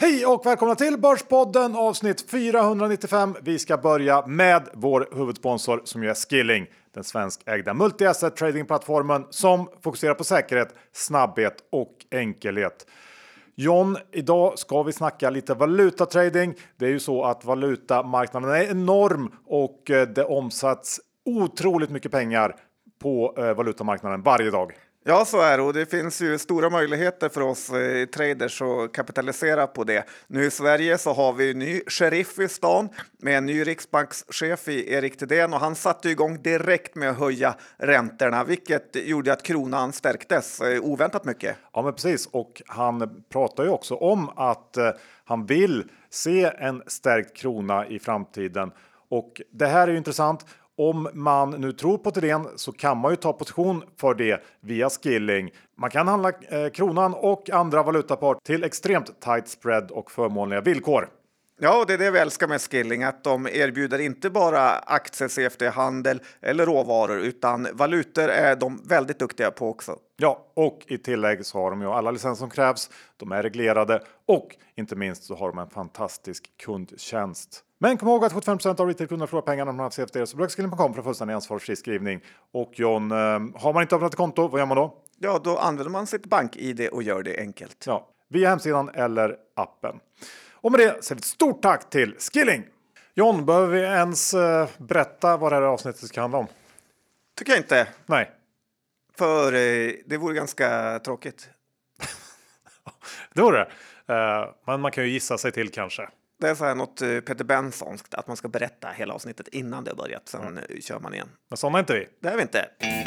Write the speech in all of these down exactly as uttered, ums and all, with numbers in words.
Hej och välkomna till Börspodden avsnitt fyrahundranittiofem. Vi ska börja med vår huvudsponsor som är Skilling, den svenskägda multi-asset tradingplattformen som fokuserar på säkerhet, snabbhet och enkelhet. John, idag ska vi snacka lite valutatrading. Det är ju så att valutamarknaden är enorm och det omsätts otroligt mycket pengar på valutamarknaden varje dag. Ja, så är det, och det finns ju stora möjligheter för oss eh, traders att kapitalisera på det. Nu i Sverige så har vi en ny sheriff i stan med en ny riksbankschef i Erik Thedéen, och han satte igång direkt med att höja räntorna, vilket gjorde att kronan stärktes eh, oväntat mycket. Ja, men precis, och han pratar ju också om att eh, han vill se en stärkt krona i framtiden, och det här är ju intressant. Om man nu tror på Thedéen så kan man ju ta position för det via Skilling. Man kan handla eh, kronan och andra valutapar till extremt tight spread och förmånliga villkor. Ja, och det är det vi älskar med Skilling, att de erbjuder inte bara aktie-C F D-handel eller råvaror, utan valutor är de väldigt duktiga på också. Ja, och i tillägg så har de ju alla licenser som krävs, de är reglerade och inte minst så har de en fantastisk kundtjänst. Men kom ihåg att sjuttiofem procent av retailkunderna förlorar pengar när man har C F D, så besök skilling punkt com för fullständig ansvarsfri skrivning. Och John, har man inte öppnat ett konto, vad gör man då? Ja, då använder man sitt bank-I D och gör det enkelt. Ja, via hemsidan eller appen. Och med det säger vi ett stort tack till Skilling! John, behöver vi ens uh, berätta vad det här avsnittet ska handla om? Tycker jag inte. Nej. För eh, det vore ganska tråkigt. Det vore det. Uh, men man kan ju gissa sig till kanske. Det är så här något uh, Peter Bensonskt, att man ska berätta hela avsnittet innan det har börjat. Sen mm. uh, kör man igen. Men sådana är inte vi. Det är vi inte.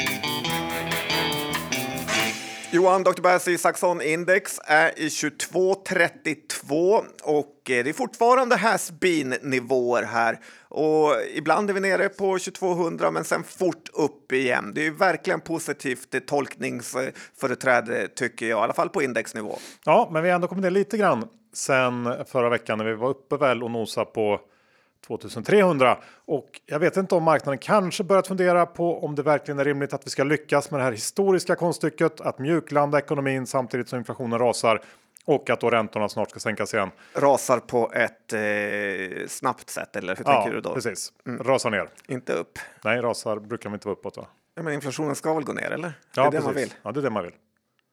Johan, doktor Bassi Saxon Index är i tjugotvå trettiotvå och det är fortfarande has-been-nivåer här. Och ibland är vi nere på tjugotvåhundra men sen fort upp igen. Det är verkligen positivt tolkningsföreträde tycker jag, i alla fall på indexnivå. Ja, men vi har ändå kommit ner lite grann sen förra veckan när vi var uppe väl och nosade på tvåtusentrehundra, och jag vet inte om marknaden kanske börjat fundera på om det verkligen är rimligt att vi ska lyckas med det här historiska konststycket att mjuklanda ekonomin samtidigt som inflationen rasar och att då räntorna snart ska sänkas igen. Rasar på ett eh, snabbt sätt, eller hur ja, tänker du då? Precis. Mm. Rasar ner. Inte upp. Nej, rasar brukar man inte vara uppåt, va? Ja, men inflationen ska väl gå ner, eller? Ja, det är precis. det man vill. Ja, det är det man vill.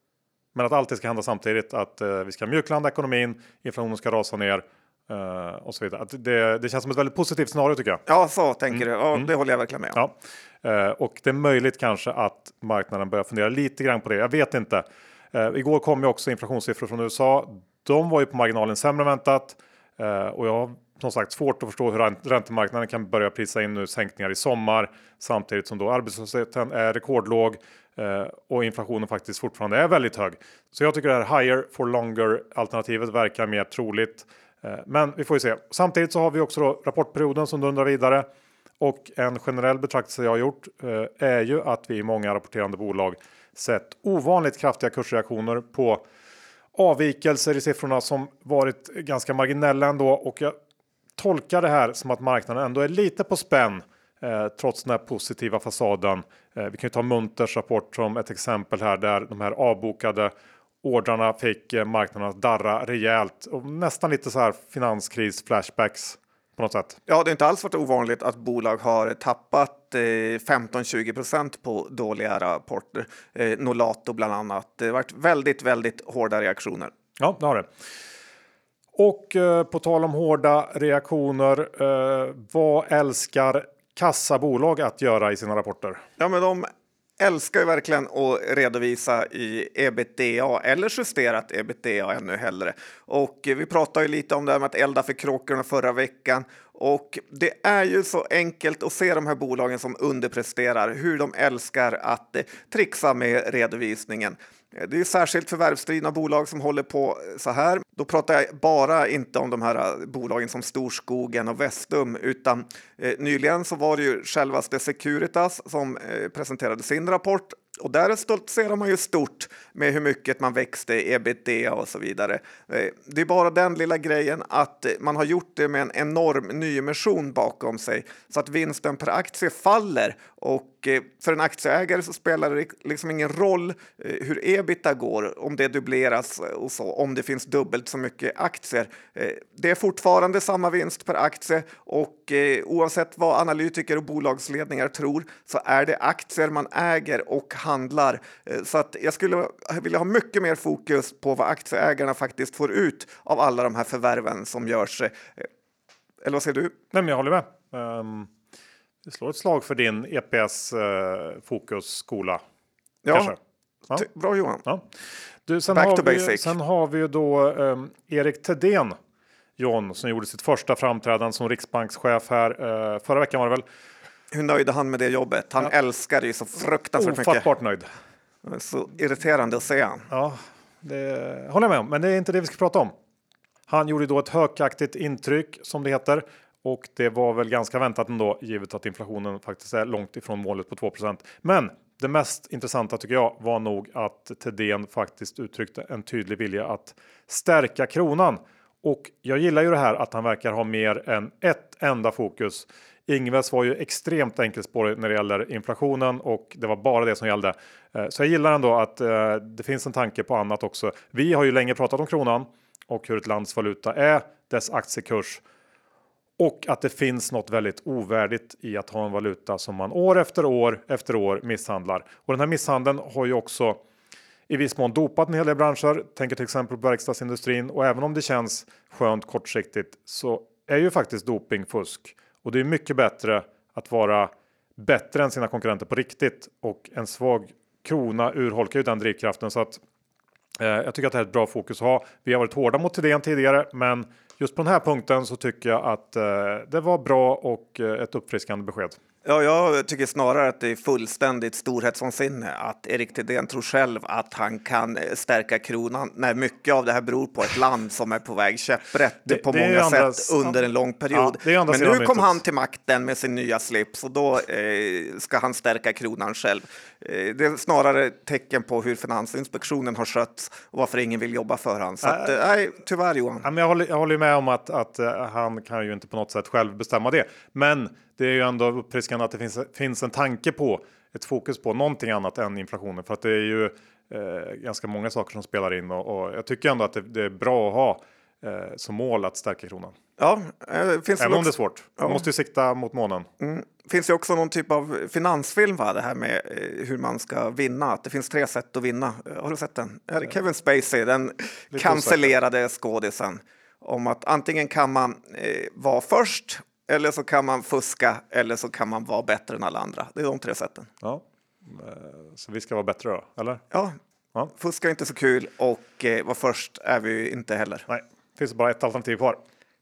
Men att allt ska hända samtidigt, att eh, vi ska mjuklanda ekonomin, inflationen ska rasa ner. Uh, och så vidare. Att det, det känns som ett väldigt positivt scenario tycker jag. Ja, så tänker mm. du. Ja, mm. det håller jag verkligen med om. Ja. Uh, och det är möjligt kanske att marknaden börjar fundera lite grann på det. Jag vet inte. Uh, igår kom ju också inflationssiffror från U S A. De var ju på marginalen sämre än väntat. Uh, och jag har som sagt svårt att förstå hur räntemarknaden kan börja prisa in nu sänkningar i sommar. Samtidigt som då arbetslösheten är rekordlåg. Uh, och inflationen faktiskt fortfarande är väldigt hög. Så jag tycker det här higher for longer alternativet verkar mer troligt. Men vi får ju se. Samtidigt så har vi också då rapportperioden som dundrar vidare. Och en generell betraktelse jag har gjort är ju att vi i många rapporterande bolag sett ovanligt kraftiga kursreaktioner på avvikelser i siffrorna som varit ganska marginella ändå. Och jag tolkar det här som att marknaden ändå är lite på spänn trots den här positiva fasaden. Vi kan ju ta Munters rapport som ett exempel här där de här avbokade ordrarna fick marknaden att darra rejält och nästan lite så här finanskris flashbacks på något sätt. Ja, det är inte alls varit ovanligt att bolag har tappat eh, femton till tjugo procent på dåliga rapporter. Eh, Nolato bland annat. Det har varit väldigt, väldigt hårda reaktioner. Ja, det har det. Och eh, på tal om hårda reaktioner, eh, vad älskar kassabolag att göra i sina rapporter? Ja, men de älskar ju verkligen att redovisa i ebitda eller justerat ebitda ännu hellre. Och vi pratade ju lite om det här med att elda för kråkorna förra veckan. Och det är ju så enkelt att se de här bolagen som underpresterar, hur de älskar att trixa med redovisningen. Det är särskilt förvärvsdrivna bolag som håller på så här. Då pratar jag bara inte om de här bolagen som Storskogen och Vestum, utan eh, nyligen så var det ju självaste Securitas som eh, presenterade sin rapport. Och där stoltserar man ju stort med hur mycket man växte i ebitda och så vidare. Det är bara den lilla grejen att man har gjort det med en enorm nyemission bakom sig så att vinsten per aktie faller. Och för en aktieägare så spelar det liksom ingen roll hur ebitda går, om det dubbleras och så, om det finns dubbelt så mycket aktier. Det är fortfarande samma vinst per aktie och oavsett vad analytiker och bolagsledningar tror så är det aktier man äger och handlar. Så att jag skulle vilja ha mycket mer fokus på vad aktieägarna faktiskt får ut av alla de här förvärven som görs. Eller vad säger du? Nej, men jag håller med. Um, det slår ett slag för din E P S-fokusskola. Uh, ja, ja. Bra Johan. Ja. Du, sen, Back har to vi, basic. sen har vi ju då um, Erik Thedéen, John, som gjorde sitt första framträdande som riksbankschef här uh, förra veckan var det väl. Hur nöjd är han med det jobbet? Han ja. älskar det så fruktansvärt mycket. Ofattbart nöjd. Så irriterande att se han. Ja, det håller jag med om. Men det är inte det vi ska prata om. Han gjorde då ett högaktigt intryck som det heter. Och det var väl ganska väntat ändå, givet att inflationen faktiskt är långt ifrån målet på två procent. Men det mest intressanta tycker jag var nog att Thedéen faktiskt uttryckte en tydlig vilja att stärka kronan. Och jag gillar ju det här att han verkar ha mer än ett enda fokus. Ingves var ju extremt enkelspårig när det gäller inflationen och det var bara det som gällde. Så jag gillar ändå att det finns en tanke på annat också. Vi har ju länge pratat om kronan och hur ett lands valuta är, dess aktiekurs. Och att det finns något väldigt ovärdigt i att ha en valuta som man år efter år efter år misshandlar. Och den här misshandeln har ju också i viss mån dopat en hel del branscher. Tänker till exempel på verkstadsindustrin. Och även om det känns skönt kortsiktigt så är ju faktiskt doping fusk. Och det är mycket bättre att vara bättre än sina konkurrenter på riktigt. Och en svag krona urholkar ju den drivkraften. Så att eh, jag tycker att det här är ett bra fokus att ha. Vi har varit hårda mot Thedéen tidigare. Men just på den här punkten så tycker jag att eh, det var bra och eh, ett uppfriskande besked. Ja, jag tycker snarare att det är fullständigt storhetsvansinne att Erik Thedéen tror själv att han kan stärka kronan när mycket av det här beror på ett land som är på väg käpprätt det, på det många andra, sätt under en lång period. Ja, men nu kom han till makten med sin nya slips och då eh, ska han stärka kronan själv. Eh, det är snarare tecken på hur Finansinspektionen har skött och varför ingen vill jobba för han. Så att, äh, nej, tyvärr Johan. Ja, men jag, håller, jag håller med om att, att uh, han kan ju inte på något sätt själv bestämma det. Men det är ju ändå uppfriskande att det finns, finns en tanke på, ett fokus på någonting annat än inflationen. För att det är ju eh, ganska många saker som spelar in. Och, och jag tycker ändå att det, det är bra att ha eh, som mål att stärka kronan. Ja, det finns även också, om det är svårt. Ja. Man måste ju sikta mot månen. Mm. Finns ju också någon typ av finansfilm, va? Det här med eh, hur man ska vinna. Att det finns tre sätt att vinna. Har du sett den? Ja. Kevin Spacey, den cancellerade skådisen. Om att antingen kan man eh, vara först, eller så kan man fuska, eller så kan man vara bättre än alla andra. Det är de tre sätten. Ja, så vi ska vara bättre då, eller? Ja, ja. Fuska är inte så kul och eh, vara först är vi inte heller. Nej, det finns bara ett alternativ kvar.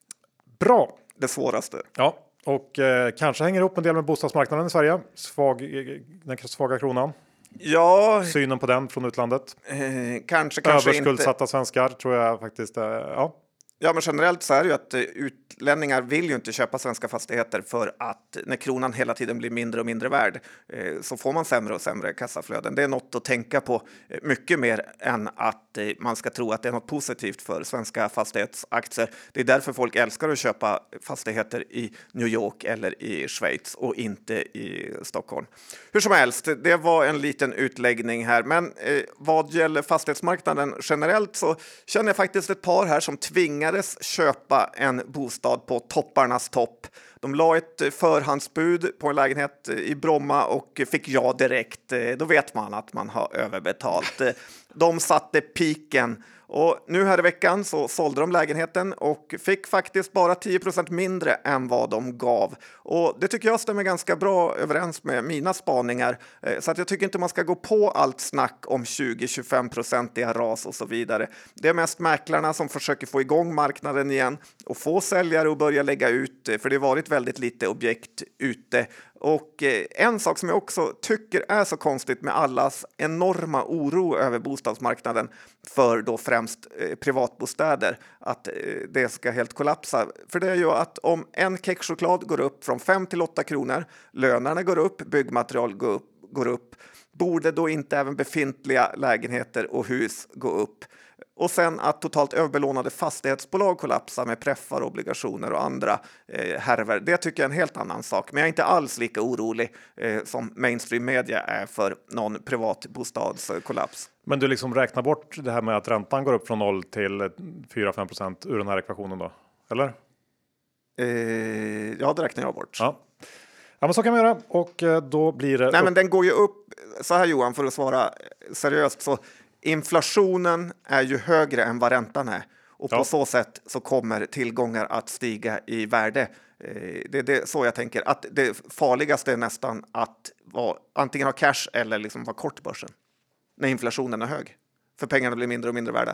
Bra! Det svåraste. Ja, och eh, kanske hänger ihop en del med bostadsmarknaden i Sverige. Svag, den svaga kronan. Ja. Synen på den från utlandet. Eh, kanske, kanske Överskuldsatta inte. svenskar tror jag faktiskt. Eh, ja. Ja, men generellt så är det ju att utlänningar vill ju inte köpa svenska fastigheter för att när kronan hela tiden blir mindre och mindre värd så får man sämre och sämre kassaflöden. Det är något att tänka på mycket mer än att man ska tro att det är något positivt för svenska fastighetsaktier. Det är därför folk älskar att köpa fastigheter i New York eller i Schweiz och inte i Stockholm. Hur som helst, det var en liten utläggning här. Men eh, vad gäller fastighetsmarknaden generellt så känner jag faktiskt ett par här som tvingar köpa en bostad på topparnas topp. De la ett förhandsbud på en lägenhet i Bromma och fick ja direkt. Då vet man att man har överbetalt. De satte piken. Och nu här i veckan så sålde de lägenheten och fick faktiskt bara tio procent mindre än vad de gav. Och det tycker jag stämmer ganska bra överens med mina spaningar. Så att jag tycker inte man ska gå på allt snack om tjugo till tjugofem procentiga ras och så vidare. Det är mest mäklarna som försöker få igång marknaden igen och få säljare att börja lägga ut. För det har varit väldigt lite objekt ute. Och en sak som jag också tycker är så konstigt med allas enorma oro över bostadsmarknaden för då främst privatbostäder, att det ska helt kollapsa. För det är ju att om en kexchoklad går upp från fem till åtta kronor, lönerna går upp, byggmaterial går upp, går upp. Borde då inte även befintliga lägenheter och hus gå upp? Och sen att totalt överbelånade fastighetsbolag kollapsar med preffar, obligationer och andra eh, härver. Det tycker jag är en helt annan sak. Men jag är inte alls lika orolig eh, som mainstream media är för någon privat bostadskollaps. Men du liksom räknar bort det här med att räntan går upp från noll till fyra till fem procent ur den här ekvationen då? Eller? Eh, ja, det räknar jag bort. Ja. Ja, men så kan vi göra. Och eh, då blir det... Nej, upp... men den går ju upp. Så här Johan, för att svara seriöst, så inflationen är ju högre än vad räntan är. Och på Ja. så sätt så kommer tillgångar att stiga i värde. Det är det, så jag tänker. Att det farligaste är nästan att vara, antingen ha cash eller liksom vara kort börsen. När inflationen är hög. För pengarna blir mindre och mindre värda.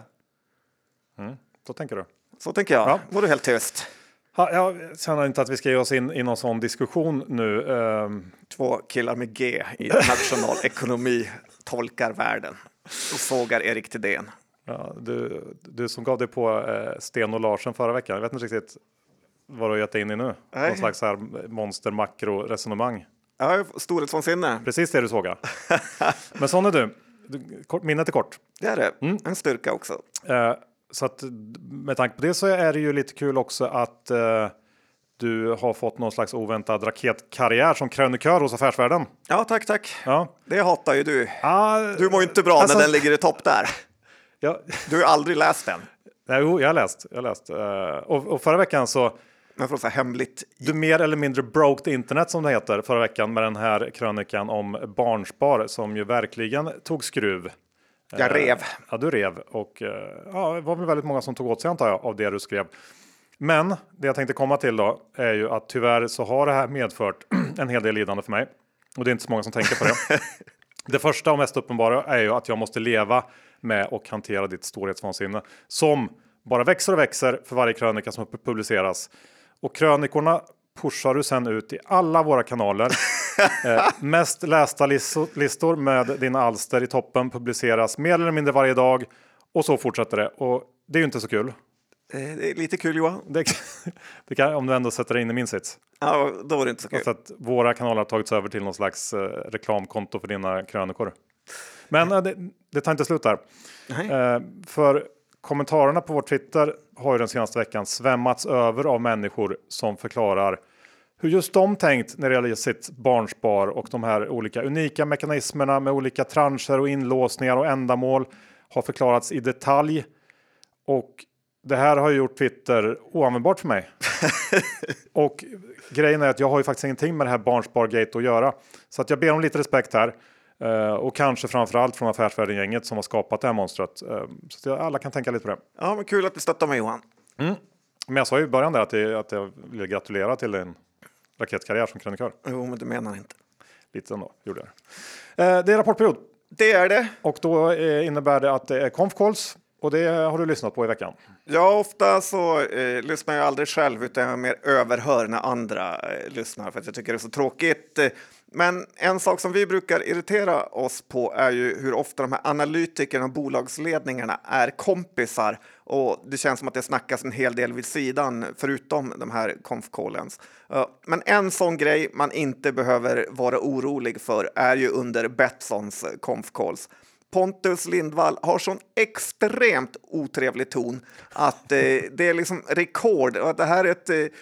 Mm, så tänker du. Så tänker jag. Ja. Var du helt tyst. Ha, jag känner inte att vi ska ge oss in i någon sån diskussion nu. Um... Två killar med G i nationalekonomi tolkar världen. Och sågar Erik Thedéen. Ja, du, du som gav dig på eh, Sten och Larsen förra veckan. Jag vet inte riktigt vad du har gett dig in i nu. Nej. Någon slags här monster-makro-resonemang. Ja, storhetsvansinne. Precis det du såg. Men sån är du. du kort, minnet är kort. Det är det. Mm. En styrka också. Eh, så att med tanke på det så är det ju lite kul också att eh, du har fått någon slags oväntad raketkarriär som krönikör hos Affärsvärlden. Ja, tack, tack. Ja. Det hatar ju du. Ah, Du mår ju inte bra alltså, när den ligger i topp där. Ja. Du har ju aldrig läst den. Nej, jo, jag har läst. Jag har läst. Uh, och, och förra veckan så... Men för att säga hemligt. Du mer eller mindre broke internet som det heter förra veckan med den här krönikan om barnspar som ju verkligen tog skruv. Jag Uh, rev. Ja, du rev. Och uh, ja, det var väl väldigt många som tog åt sig antar jag av det du skrev. Men det jag tänkte komma till då är ju att tyvärr så har det här medfört en hel del lidande för mig. Och det är inte så många som tänker på det. Det första och mest uppenbara är ju att jag måste leva med och hantera ditt storhetsvansinne som bara växer och växer för varje krönika som publiceras. Och krönikorna pushar du sen ut i alla våra kanaler. eh, mest lästa listor med dina alster i toppen publiceras mer eller mindre varje dag. Och så fortsätter det. Och det är ju inte så kul. Det är lite kul Johan. Det, det kan, om du ändå sätter in i min sits. Ja, då var det inte så kul. Alltså att våra kanaler har tagits över till någon slags eh, reklamkonto för dina krönikor. Men eh, det, det tar inte slut där. Eh, för kommentarerna på vår Twitter har ju den senaste veckan svämmats över av människor som förklarar hur just de tänkt när det gäller sitt barnspar och de här olika unika mekanismerna med olika transcher och inlåsningar och ändamål har förklarats i detalj. Och det här har gjort Twitter oanvändbart för mig. Och grejen är att jag har ju faktiskt ingenting med det här barnspargate att göra. Så att jag ber om lite respekt här. Uh, och kanske framförallt från Affärsvärlden-gänget som har skapat det här monstret. Uh, så att alla kan tänka lite på det. Ja, men kul att du stöttar mig Johan. Mm. Men jag sa ju i början där att, det, att jag vill gratulera till din raketkarriär som krönikör. Jo, men du menar inte. Lite ändå, gjorde jag. Uh, det är rapportperiod. Det är det. Och då uh, innebär det att det är conf calls. Och det har du lyssnat på i veckan. Ja, ofta så eh, lyssnar jag aldrig själv utan jag mer överhör när andra eh, lyssnar för att jag tycker det är så tråkigt. Men en sak som vi brukar irritera oss på är ju hur ofta de här analytikerna och bolagsledningarna är kompisar. Och det känns som att det snackas en hel del vid sidan förutom de här konf-callens. Uh, men en sån grej man inte behöver vara orolig för är ju under Betssons konf-calls. Pontus Lindvall har sån extremt otrevlig ton att eh, det är liksom rekord. Och det här är ett, eh,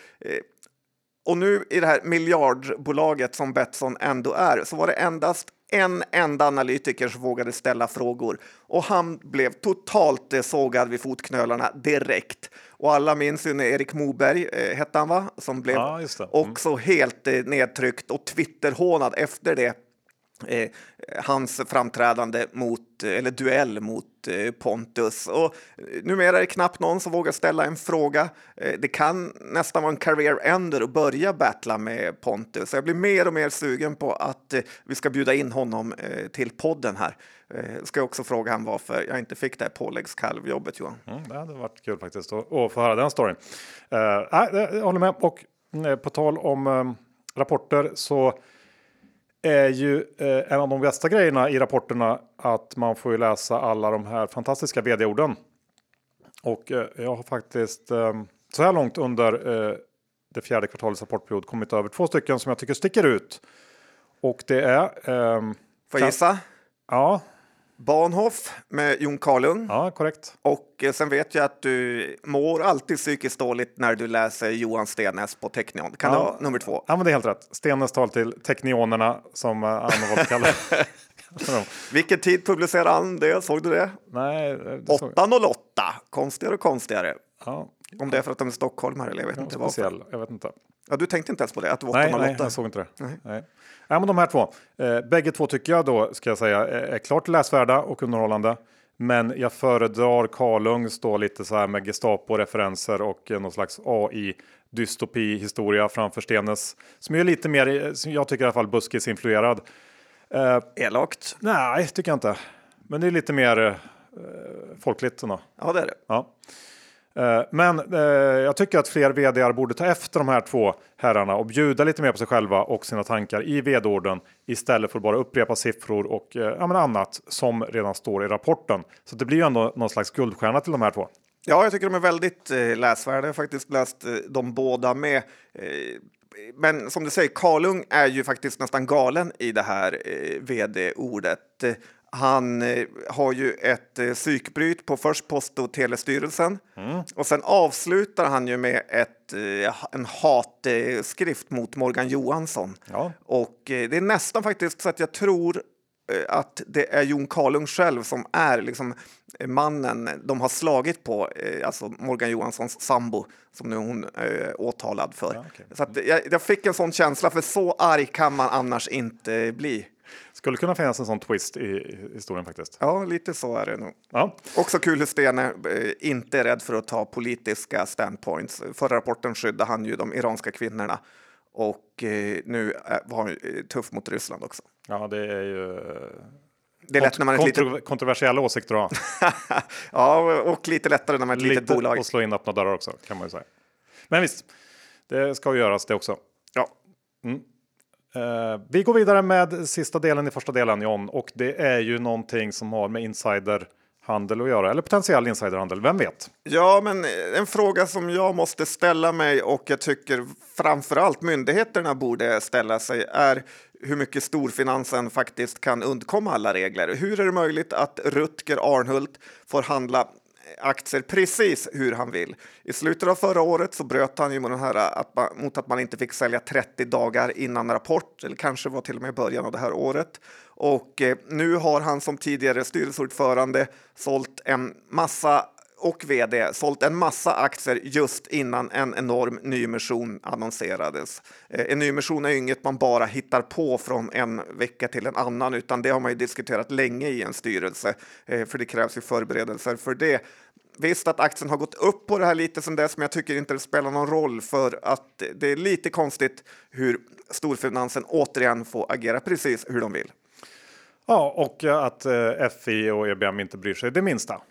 och nu i det här miljardbolaget som Betsson ändå är så var det endast en enda analytiker som vågade ställa frågor. Och han blev totalt eh, sågad vid fotknölarna direkt. Och alla minns ju när Erik Moberg eh, hette han va? Som blev ja, just det. Mm. också helt eh, nedtryckt och Twitterhånad efter det. Eh, hans framträdande mot, eller duell mot eh, Pontus. Och numera är det knappt någon som vågar ställa en fråga. Eh, det kan nästan vara en career ender att börja battla med Pontus. Så jag blir mer och mer sugen på att eh, vi ska bjuda in honom eh, till podden här. Eh, ska jag också fråga han varför jag inte fick det här påläggskalvjobbet, Johan. Mm, det hade varit kul faktiskt att, att få höra den storyn. Uh, jag håller med. Och uh, på tal om uh, rapporter så är ju eh, en av de bästa grejerna i rapporterna att man får ju läsa alla de här fantastiska vd-orden. Och eh, jag har faktiskt eh, så här långt under eh, det fjärde kvartalets rapportperiod kommit över två stycken som jag tycker sticker ut. Och det är... Um, Får jag gissa? Ja. Bahnhof med Jon Karlung. Ja, korrekt. Och sen vet jag att du mår alltid psykiskt dåligt när du läser Johan Stenäs på Teknion. Kan ja. det vara nummer två? Ja, men det är helt rätt. Stenäs tal till teknionerna som han har valt kallar. Vilken tid publicerade han det? Såg du det? Nej. Det såg... åtta noll åtta. Konstigare och konstigare. Ja. Om det är för att de är stockholmare eller jag vet ja, inte varför. Jag vet inte. Ja, du tänkte inte ens på det? Att det var nej, åtta noll åtta. nej, jag såg inte det. Nej. Nej. Ja, men de här två. Eh, bägge två tycker jag då, ska jag säga, är klart läsvärda och underhållande. Men jag föredrar Karlungs då lite så här med Gestapo-referenser och någon slags A I-dystopi-historia framför Stenes. Som är lite mer, som jag tycker i alla fall, buskis-influerad. Eh, Elakt? Nej, tycker jag inte. Men det är lite mer eh, folkligt. Då. Ja, det är det. Ja. Eh, men eh, jag tycker att fler vd:ar borde ta efter de här två herrarna och bjuda lite mer på sig själva och sina tankar i vd-orden istället för att bara upprepa siffror och eh, ja, men annat som redan står i rapporten. Så det blir ju ändå någon slags guldstjärna till de här två. Ja, jag tycker de är väldigt eh, läsvärda. Jag har faktiskt läst eh, de båda med. Eh, men som du säger, Karlung är ju faktiskt nästan galen i det här eh, vd-ordet. Eh, Han eh, har ju ett eh, psykbryt på först Post- och telestyrelsen mm. och sen avslutar han ju med ett, eh, en hatskrift eh, mot Morgan Johansson. Ja. Och eh, det är nästan faktiskt så att jag tror eh, att det är Jon Karlung själv som är liksom mannen de har slagit på, eh, alltså Morgan Johanssons sambo som nu hon är eh, åtalad för. Ja, okay. Så att jag, jag fick en sån känsla, för så arg kan man annars inte bli. Skulle kunna finnas en sån twist i historien faktiskt. Ja, lite så är det nog. Ja. Också kul hur Stene eh, inte är rädd för att ta politiska standpoints. Förra rapporten skyddade han ju de iranska kvinnorna. Och eh, nu var han eh, tuff mot Ryssland också. Ja, det är ju... Det är lätt när man är kontro- lite... kontroversiella åsikter då. Ja, och lite lättare när man är ett lite litet bolag. Och slå in öppna dörrar också, kan man ju säga. Men visst, det ska ju göras det också. Ja. Mm. Uh, vi går vidare med sista delen i första delen, John, och det är ju någonting som har med insiderhandel att göra, eller potentiell insiderhandel, vem vet? Ja, men en fråga som jag måste ställa mig och jag tycker framförallt myndigheterna borde ställa sig är hur mycket storfinansen faktiskt kan undkomma alla regler. Hur är det möjligt att Rutger Arnhult får handla aktier precis hur han vill? I slutet av förra året så bröt han ju mot, den här, att man, mot att man inte fick sälja trettio dagar innan rapport, eller kanske var till och med i början av det här året. Och eh, nu har han som tidigare styrelseordförande sålt en massa och vd sålt en massa aktier just innan en enorm nyemission annonserades. Eh, en nyemission är ju inget man bara hittar på från en vecka till en annan, utan det har man ju diskuterat länge i en styrelse, eh, för det krävs ju förberedelser för det. Visst att aktien har gått upp på det här lite som dess, men jag tycker inte det spelar någon roll, för att det är lite konstigt hur storfinansen återigen får agera precis hur de vill. Ja, och att eh, F I och E B M inte bryr sig det minsta.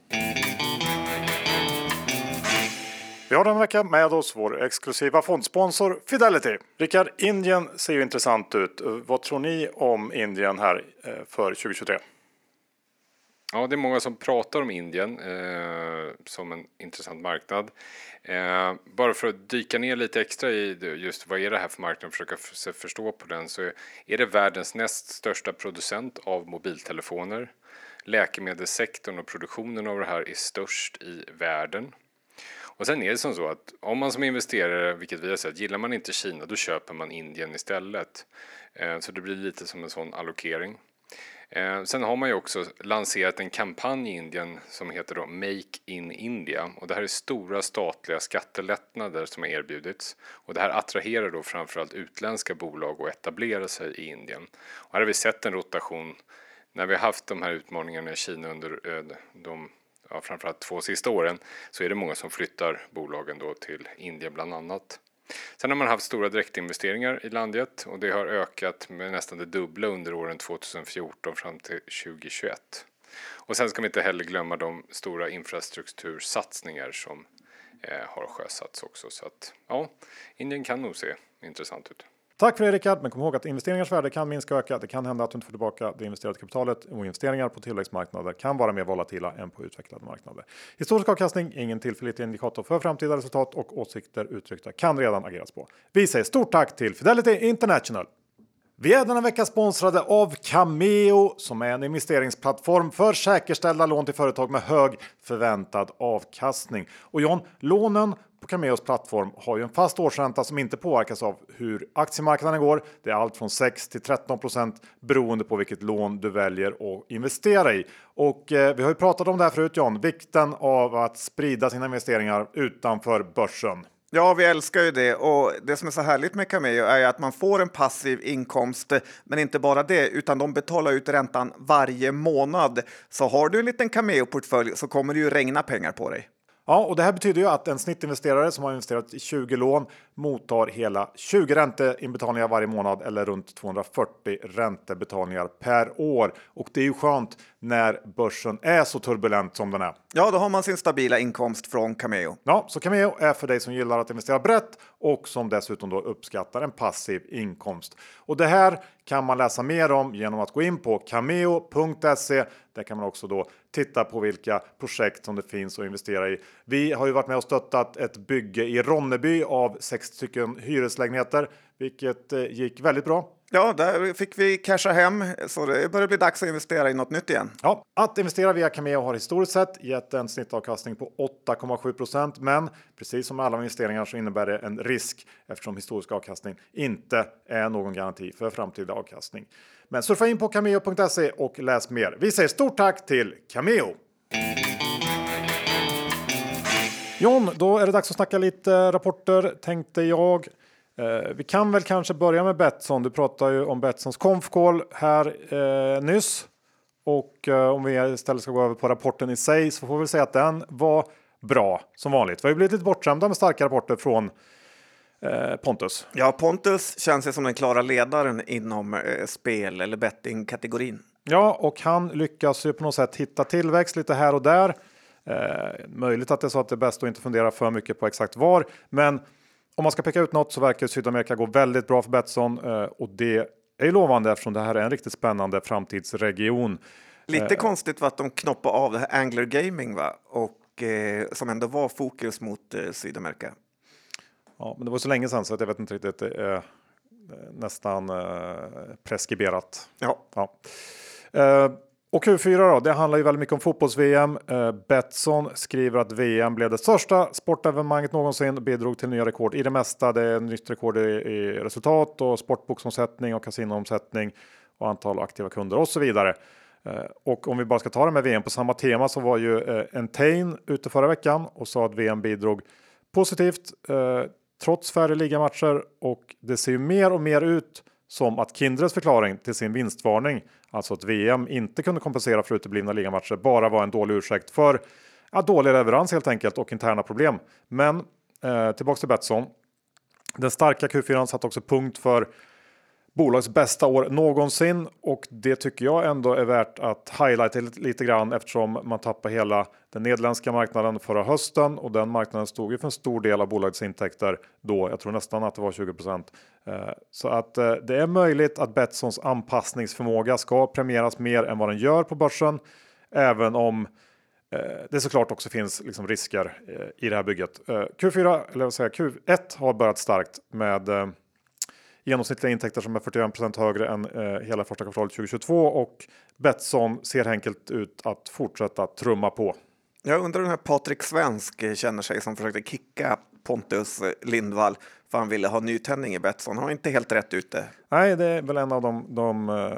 Vi har den vecka med oss vår exklusiva fondsponsor Fidelity. Rickard, Indien ser ju intressant ut. Vad tror ni om Indien här eh, för tjugo tjugotre? Ja, det är många som pratar om Indien eh, som en intressant marknad. Eh, bara för att dyka ner lite extra i just vad är det här för marknad och försöka f- förstå på den, så är det världens näst största producent av mobiltelefoner. Läkemedelssektorn och produktionen av det här är störst i världen. Och sen är det som så att om man som investerare, vilket vi har sett, gillar man inte Kina, då köper man Indien istället. Eh, så det blir lite som en sån allokering. Eh, sen har man ju också lanserat en kampanj i Indien som heter då Make in India, och det här är stora statliga skattelättnader som har erbjudits, och det här attraherar då framförallt utländska bolag att etablera sig i Indien. Och här har vi sett en rotation när vi har haft de här utmaningarna i Kina under eh, de ja, framförallt två sista åren, så är det många som flyttar bolagen då till Indien bland annat. Sen har man haft stora direktinvesteringar i landet, och det har ökat med nästan det dubbla under åren tjugohundrafjorton fram till tjugohundratjugoett. Och sen ska vi inte heller glömma de stora infrastruktursatsningar som eh, har sjösatts också. Så att ja, Indien kan nog se intressant ut. Tack för det, Rickard, men kom ihåg att investeringars värde kan minska och öka. Det kan hända att du inte får tillbaka det investerade kapitalet, och investeringar på tillväxtmarknader kan vara mer volatila än på utvecklade marknader. Historisk avkastning, ingen tillförlitlig indikator för framtida resultat, och åsikter uttryckta kan redan ageras på. Vi säger stort tack till Fidelity International. Vi är denna vecka sponsrade av Cameo som är en investeringsplattform för säkerställda lån till företag med hög förväntad avkastning. Och John, lånen på Cameos plattform har ju en fast årsränta som inte påverkas av hur aktiemarknaden går. Det är allt från sex till tretton procent beroende på vilket lån du väljer att investera i. Och eh, vi har ju pratat om det här förut John, vikten av att sprida sina investeringar utanför börsen. Ja, vi älskar ju det och det som är så härligt med Cameo är att man får en passiv inkomst, men inte bara det, utan de betalar ut räntan varje månad. Så har du en liten Cameo-portfölj så kommer det ju regna pengar på dig. Ja, och det här betyder ju att en snittinvesterare som har investerat i tjugo lån mottar hela tjugo ränteinbetalningar varje månad eller runt tvåhundrafyrtio räntebetalningar per år. Och det är ju skönt när börsen är så turbulent som den är. Ja, då har man sin stabila inkomst från Cameo. Ja, så Cameo är för dig som gillar att investera brett och som dessutom då uppskattar en passiv inkomst. Och det här kan man läsa mer om genom att gå in på cameo punkt se. Där kan man också då titta på vilka projekt som det finns att investera i. Vi har ju varit med och stöttat ett bygge i Ronneby av sex stycken hyreslägenheter, vilket gick väldigt bra. Ja, där fick vi casha hem, så det börjar bli dags att investera i något nytt igen. Ja, att investera via Cameo har historiskt sett gett en snittavkastning på åtta komma sju procent, men precis som med alla investeringar så innebär det en risk eftersom historisk avkastning inte är någon garanti för framtida avkastning. Men surfa in på cameo punkt se och läs mer. Vi säger stort tack till Cameo! John, då är det dags att snacka lite rapporter, tänkte jag. Eh, vi kan väl kanske börja med Betsson. Du pratade ju om Betssons konf-call här eh, nyss. Och eh, om vi istället ska gå över på rapporten i sig så får vi väl säga att den var bra som vanligt. Vi har ju blivit lite bortskämda med starka rapporter från eh, Pontus. Ja, Pontus känns ju som den klara ledaren inom eh, spel- eller betting-kategorin. Ja, och han lyckas ju på något sätt hitta tillväxt lite här och där. Eh, möjligt att det är så att det är bäst att inte fundera för mycket på exakt var. Men om man ska peka ut något så verkar Sydamerika gå väldigt bra för Betsson. Eh, och det är ju lovande eftersom det här är en riktigt spännande framtidsregion. Lite eh, konstigt var att de knoppade av det här Angler Gaming, va? Och eh, som ändå var fokus mot eh, Sydamerika. Ja, men det var så länge sedan så att jag vet inte riktigt. Det är eh, nästan eh, preskriberat. Ja. Ja. Eh, Och Q fyra då, det handlar ju väldigt mycket om fotbolls-V M. Eh, Betsson skriver att V M blev det största sportevenemanget någonsin och bidrog till nya rekord i det mesta. Det är ett nytt rekord i, i resultat och sportboksomsättning och kasinoomsättning och antal aktiva kunder och så vidare. Eh, och om vi bara ska ta det med V M på samma tema så var ju eh, Entain ute förra veckan och sa att V M bidrog positivt eh, trots färre ligamatcher och det ser ju mer och mer ut som att Kindreds förklaring till sin vinstvarning, alltså att V M inte kunde kompensera för uteblivna ligamatcher, bara var en dålig ursäkt för ja, dålig leverans helt enkelt och interna problem. Men eh, tillbaka till Betsson. Den starka Q fyra satt också punkt för bolags bästa år någonsin och det tycker jag ändå är värt att highlighta lite grann eftersom man tappar hela den nederländska marknaden förra hösten och den marknaden stod ju för en stor del av bolagets intäkter då, jag tror nästan att det var tjugo procent. Så att det är möjligt att Betssons anpassningsförmåga ska premieras mer än vad den gör på börsen, även om det såklart också finns liksom risker i det här bygget. Q fyra, eller vad säger Q ett har börjat starkt med genomsnittliga intäkter som är fyrtioen procent högre än eh, hela första kvartalet tjugohundratjugotvå och Betsson ser enkelt ut att fortsätta trumma på. Jag undrar hur Patrik Svensk känner sig som försökte kicka Pontus Lindvall för han ville ha nytändning i Betsson. Han har inte helt rätt ute. Nej, det är väl en av de, de uh,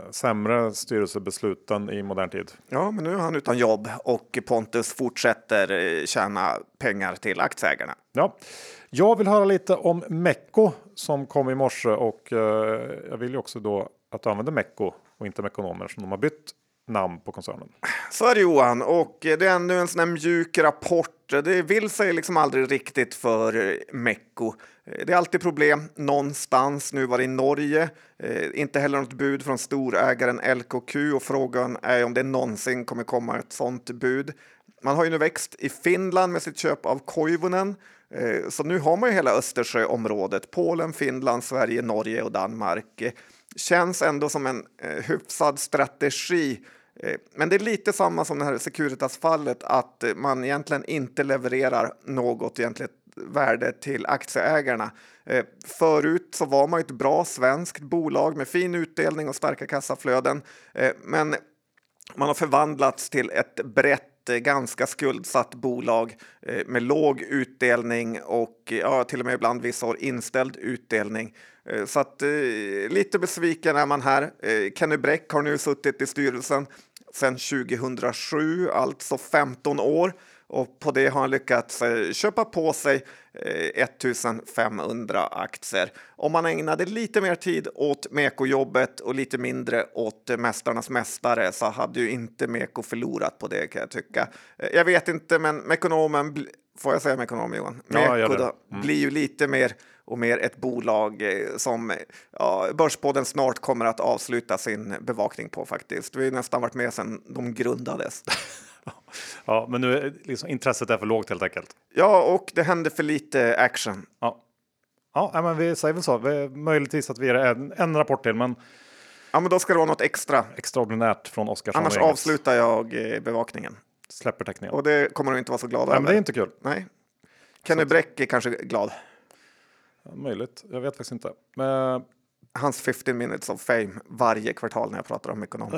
sämre styrelsebesluten i modern tid. Ja, men nu är han utan jobb och Pontus fortsätter tjäna pengar till aktieägarna. Ja. Jag vill höra lite om Mecco som kom i morse och uh, jag vill ju också då att du använder Mecco och inte Mekonomer som de har bytt namn på koncernen. Så är det Johan och det är ännu en sån här mjuk rapport. Det vill sig liksom aldrig riktigt för Mecco. Det är alltid problem någonstans. Nu var det i Norge. Inte heller något bud från storägaren L K Q och frågan är om det någonsin kommer komma ett sånt bud. Man har ju nu växt i Finland med sitt köp av Koivunen. Så nu har man ju hela Östersjöområdet. Polen, Finland, Sverige, Norge och Danmark. Känns ändå som en hyfsad strategi. Men det är lite samma som det här Securitas-fallet att man egentligen inte levererar något egentligen värde till aktieägarna. Eh, förut så var man ett bra svenskt bolag med fin utdelning och starka kassaflöden, eh, men man har förvandlats till ett brett, ganska skuldsatt bolag eh, med låg utdelning och ja, till och med ibland vissa år inställd utdelning. Eh, så att eh, lite besviken är man här. Eh, Kenny Bräck har nu suttit i styrelsen sedan tjugohundrasju, alltså femton år. Och på det har han lyckats eh, köpa på sig eh, ettusenfemhundra aktier. Om man ägnade lite mer tid åt Meko-jobbet och lite mindre åt eh, Mästarnas mästare så hade ju inte Meko förlorat på det, kan jag tycka. Eh, jag vet inte, men Mekonomen, bl- får jag säga Mekonom, Johan? Ja, Meko då, mm. blir ju lite mer och mer ett bolag eh, som ja, Börspodden snart kommer att avsluta sin bevakning på faktiskt. Vi har nästan varit med sedan de grundades. Ja, men nu är liksom intresset är för lågt helt enkelt. Ja, och det händer för lite action. Ja, ja men vi säger väl så. Vi, möjligtvis att vi ger en, en rapport till, men ja, men då ska det vara något extra. Extraordinärt från Oskarsson. Annars avslutar jag eh, bevakningen. Släpper teckningen. Och det kommer de inte vara så glada över. Men det är inte kul. Nej. Kenny Bräck är kanske glad. Ja, möjligt. Jag vet faktiskt inte. Men... Hans femton minutes of fame varje kvartal när jag pratar om ekonomi.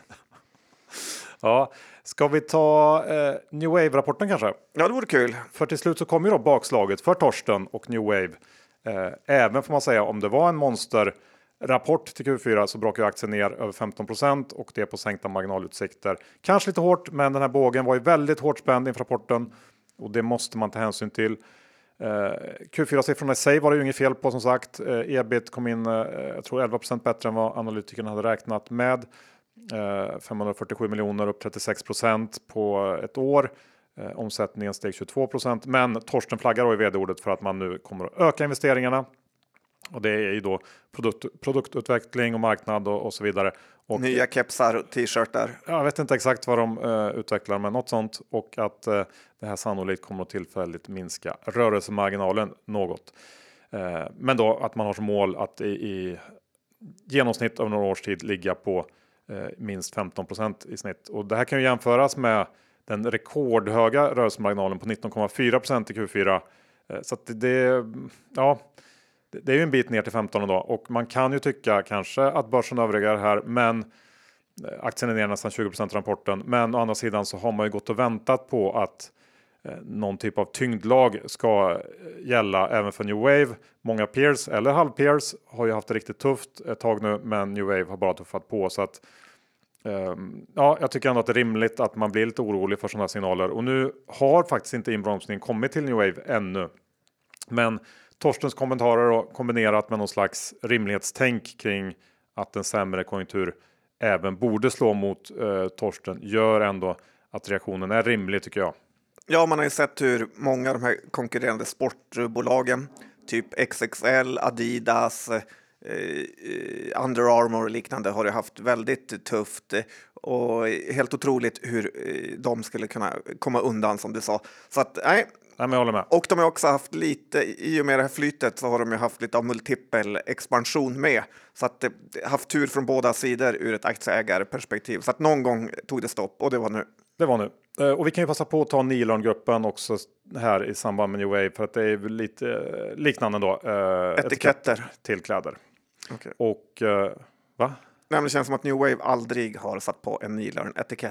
Ja, ska vi ta eh, New Wave-rapporten kanske? Ja, det vore kul. För till slut så kommer ju då bakslaget för Torsten och New Wave. Eh, även får man säga, om det var en monsterrapport till Q fyra så brakar ju aktien ner över femton procent och det är på sänkta marginalutsikter. Kanske lite hårt, men den här bågen var ju väldigt hårt spänd inför rapporten och det måste man ta hänsyn till. Eh, Q fyra-siffrorna i sig var det ju inget fel på, som sagt. Eh, ebit kom in, eh, jag tror elva procent bättre än vad analytikerna hade räknat med. Eh, femhundrafyrtiosju miljoner, upp trettiosex procent på ett år. Eh, omsättningen steg tjugotvå procent. Men Torsten flaggar då i vd-ordet för att man nu kommer att öka investeringarna. Och det är ju då produkt, produktutveckling och marknad och, och så vidare. Och, nya kepsar och t-shirtar. Jag vet inte exakt vad de uh, utvecklar, men något sånt. Och att uh, det här sannolikt kommer att tillfälligt minska rörelsemarginalen något. Uh, men då att man har som mål att i, i genomsnitt över några års tid ligga på uh, minst femton procent i snitt. Och det här kan ju jämföras med den rekordhöga rörelsemarginalen på nitton komma fyra procent i Q fyra. Uh, så att det, det ja... Det är ju en bit ner till femton idag och man kan ju tycka kanske att börsen övrigar här, men aktien är ner nästan tjugo procent i rapporten. Men å andra sidan så har man ju gått och väntat på att eh, någon typ av tyngdlag ska gälla även för New Wave. Många peers eller halvpeers har ju haft det riktigt tufft ett tag nu, men New Wave har bara tuffat på. Så att eh, ja, jag tycker ändå att det är rimligt att man blir lite orolig för sådana här signaler. Och nu har faktiskt inte inbromsningen kommit till New Wave ännu. Men Torstens kommentarer och kombinerat med någon slags rimlighetstänk kring att en sämre konjunktur även borde slå mot eh, Torsten gör ändå att reaktionen är rimlig, tycker jag. Ja, man har ju sett hur många av de här konkurrerande sportbolagen, typ X X L, Adidas, eh, Under Armour och liknande, har ju haft väldigt tufft och helt otroligt hur eh, de skulle kunna komma undan, som du sa. Så att nej. Nej, men jag håller med. Och de har också haft lite, i och med det här flytet så har de ju haft lite av multipel expansion med. Så att det haft tur från båda sidor ur ett aktieägarperspektiv. Så att någon gång tog det stopp och det var nu. Det var nu. Och vi kan ju passa på att ta Nilörn-gruppen också här i samband med New Wave. För att det är lite liknande då. Etiketter. Etiketter till kläder. Okay. Och va? Nej, men det känns som att New Wave aldrig har satt på en Nilörn-etikett.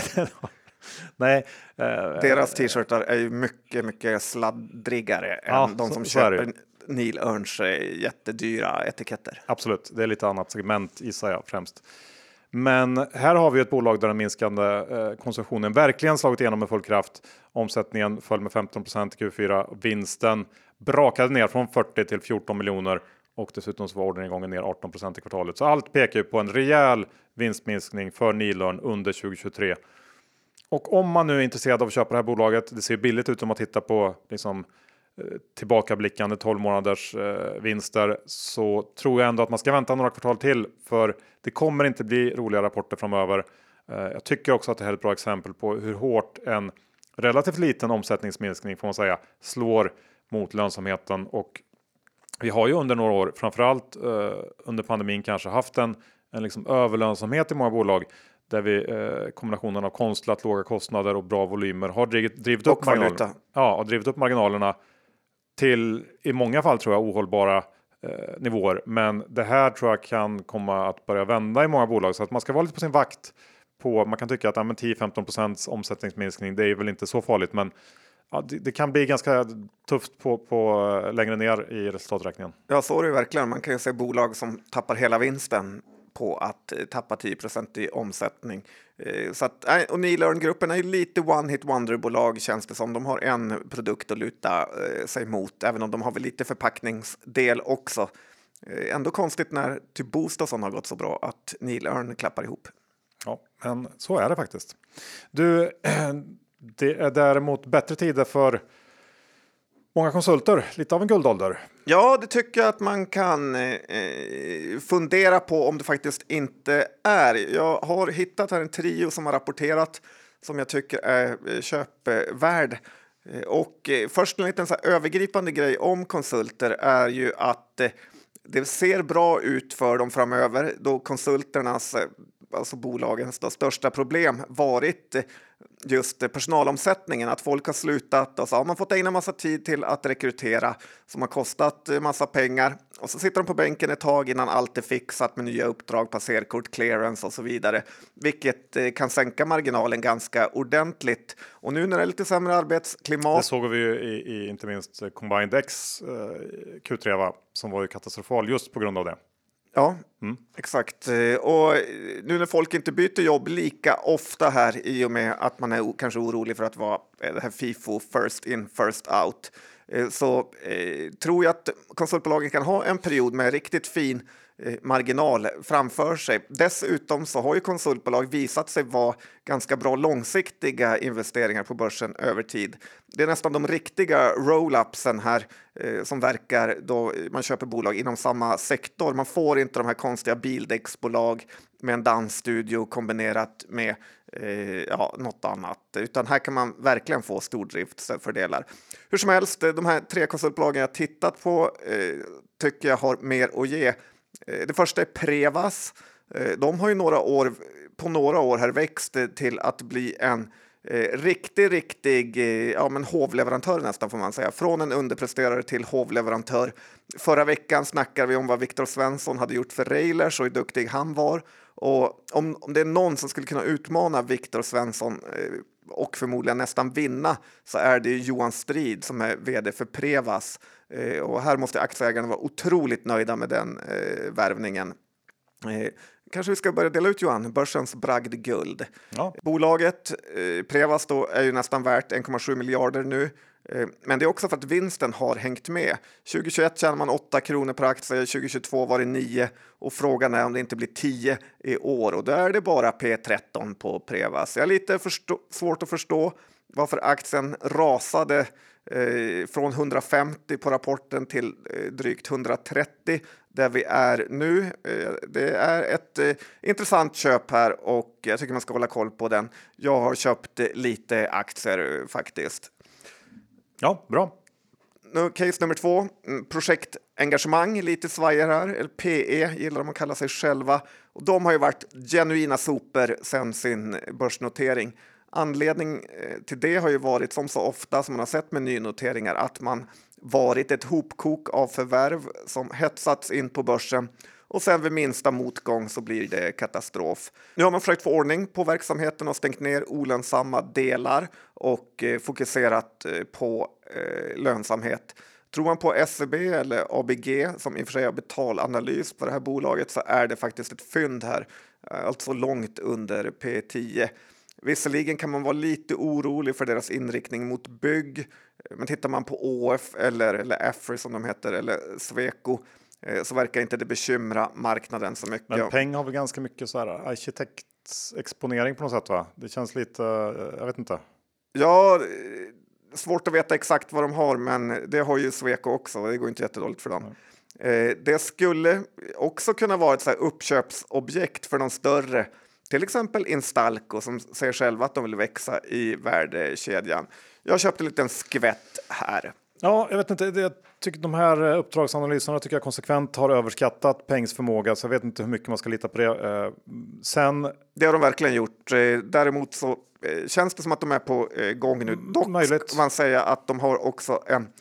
Nej, eh, deras t-shirtar är ju mycket, mycket sladdrigare ja, än de som så, köper Nilörns jättedyra etiketter. Absolut, det är lite annat segment, gissar jag främst. Men här har vi ett bolag där den minskande eh, konsumtionen verkligen slagit igenom med full kraft. Omsättningen föll med femton procent i Q fyra. Vinsten brakade ner från fyrtio till fjorton miljoner. Och dessutom så var orderingången ner arton procent i kvartalet. Så allt pekar ju på en rejäl vinstminskning för Nilörn under tjugohundratjugotre. Och om man nu är intresserad av att köpa det här bolaget, det ser billigt ut om man tittar på liksom, tillbakablickande tolv månaders eh, vinster, så tror jag ändå att man ska vänta några kvartal till, för det kommer inte bli roliga rapporter framöver. Eh, jag tycker också att det här är ett bra exempel på hur hårt en relativt liten omsättningsminskning, får man säga, slår mot lönsamheten. Och vi har ju under några år, framförallt eh, under pandemin, kanske haft en, en liksom överlönsamhet i många bolag. Där vi eh, kombinationen av konstlat låga kostnader och bra volymer har drivit, drivit upp marginalerna. Ja, och drivit upp marginalerna till i många fall tror jag ohållbara eh, nivåer. Men det här tror jag kan komma att börja vända i många bolag, så att man ska vara lite på sin vakt. På, man kan tycka att ja, tio till femton procent omsättningsminskning, det är väl inte så farligt, men ja, det, det kan bli ganska tufft på, på längre ner i resultaträkningen. Ja, så är det verkligen. Man kan ju se bolag som tappar hela vinsten på att tappa tio procent i omsättning. Så att, och Nilörn-gruppen är ju lite one-hit wonder-bolag, känns det som. De har en produkt att luta sig mot, även om de har väl lite förpackningsdel också. Ändå konstigt när typ Boost och sånt har gått så bra att Nilörn klappar ihop. Ja, men så är det faktiskt. Du, det är däremot bättre tider för många konsulter, lite av en guldålder. Ja, det tycker jag att man kan eh, fundera på om det faktiskt inte är. Jag har hittat här en trio som har rapporterat som jag tycker är köpvärd. Och eh, först en liten så här övergripande grej om konsulter är ju att eh, det ser bra ut för dem framöver, då konsulternas, alltså bolagens då, största problem varit just personalomsättningen, att folk har slutat och så har man fått ägna massa tid till att rekrytera som har kostat massa pengar, och så sitter de på bänken ett tag innan allt är fixat med nya uppdrag, passerkort, clearance och så vidare, vilket kan sänka marginalen ganska ordentligt. Och nu när det är lite sämre arbetsklimat, det såg vi ju i, i inte minst Combined X eh, Q tre, va? Som var ju katastrofal just på grund av det. Ja, mm. exakt. Och nu när folk inte byter jobb lika ofta här, i och med att man är kanske orolig för att vara det här FIFO, first in, first out, så eh, tror jag att konsultbolagen kan ha en period med riktigt fin eh, marginal framför sig. Dessutom så har ju konsultbolag visat sig vara ganska bra långsiktiga investeringar på börsen över tid. Det är nästan de riktiga roll-upsen här eh, som verkar då man köper bolag inom samma sektor. Man får inte de här konstiga bildäcksbolag med en dansstudio kombinerat med eh, ja, något annat, utan här kan man verkligen få stordriftsfördelar. Hur som helst, de här tre konsultbolagen jag tittat på eh, tycker jag har mer att ge. Eh, det första är Prevas. Eh, de har ju några år, på några år här växt till att bli en Eh, riktig, riktig eh, ja, men hovleverantör nästan, får man säga. Från en underpresterare till hovleverantör. Förra veckan snackade vi om vad Viktor Svensson hade gjort för Railers och hur duktig han var. Och om, om det är någon som skulle kunna utmana Viktor Svensson eh, och förmodligen nästan vinna, så är det Johan Strid som är vd för Prevas. Eh, och här måste aktieägarna vara otroligt nöjda med den eh, värvningen. Eh, Kanske vi ska börja dela ut, Johan, börsens bragd guld. Ja. Bolaget eh, Prevas då är ju nästan värt en komma sju miljarder nu. Eh, men det är också för att vinsten har hängt med. tjugohundratjugoett tjänar man åtta kronor per aktie, tjugohundratjugotvå var det nio, och frågan är om det inte blir tio i år. Och då är det bara P tretton på Prevas. Jag har lite förstå- svårt att förstå varför aktien rasade eh, från hundrafemtio på rapporten till eh, drygt hundratrettio där vi är nu. Eh, det är ett eh, intressant köp här och jag tycker man ska hålla koll på den. Jag har köpt eh, lite aktier eh, faktiskt. Ja, bra. Nu, case nummer två, projektengagemang, lite svajer här, eller P E gillar de att kalla sig själva. Och de har ju varit genuina super sedan sin börsnotering. Anledning till det har ju varit, som så ofta som man har sett med nynoteringar, att man varit ett hopkok av förvärv som hetsats in på börsen, och sen vid minsta motgång så blir det katastrof. Nu har man försökt få ordning på verksamheten och stängt ner olönsamma delar och eh, fokuserat eh, på eh, lönsamhet. Tror man på S E B eller A B G, som i och för sig har betalanalys på det här bolaget, så är det faktiskt ett fynd här, alltså långt under P tio. Visserligen kan man vara lite orolig för deras inriktning mot bygg, men tittar man på Å F eller, eller F R som de heter, eller Sweco, så verkar inte det bekymra marknaden så mycket. Men Peng har väl ganska mycket så här arkitektexponering på något sätt, va? Det känns lite, jag vet inte. Ja, svårt att veta exakt vad de har, men det har ju Sweco också och det går inte jättedåligt för dem. Mm. Det skulle också kunna vara ett så här uppköpsobjekt för någon större, till exempel Instalco, som säger själva att de vill växa i värdekedjan. Jag köpte en liten skvätt här. Ja, jag vet inte. Jag tycker de här uppdragsanalyserna tycker jag konsekvent har överskattat Pengs förmåga, så jag vet inte hur mycket man ska lita på det. Sen... Det har de verkligen gjort. Däremot så känns det som att de är på gång nu. Dock möjligt. ska man säga att de har också en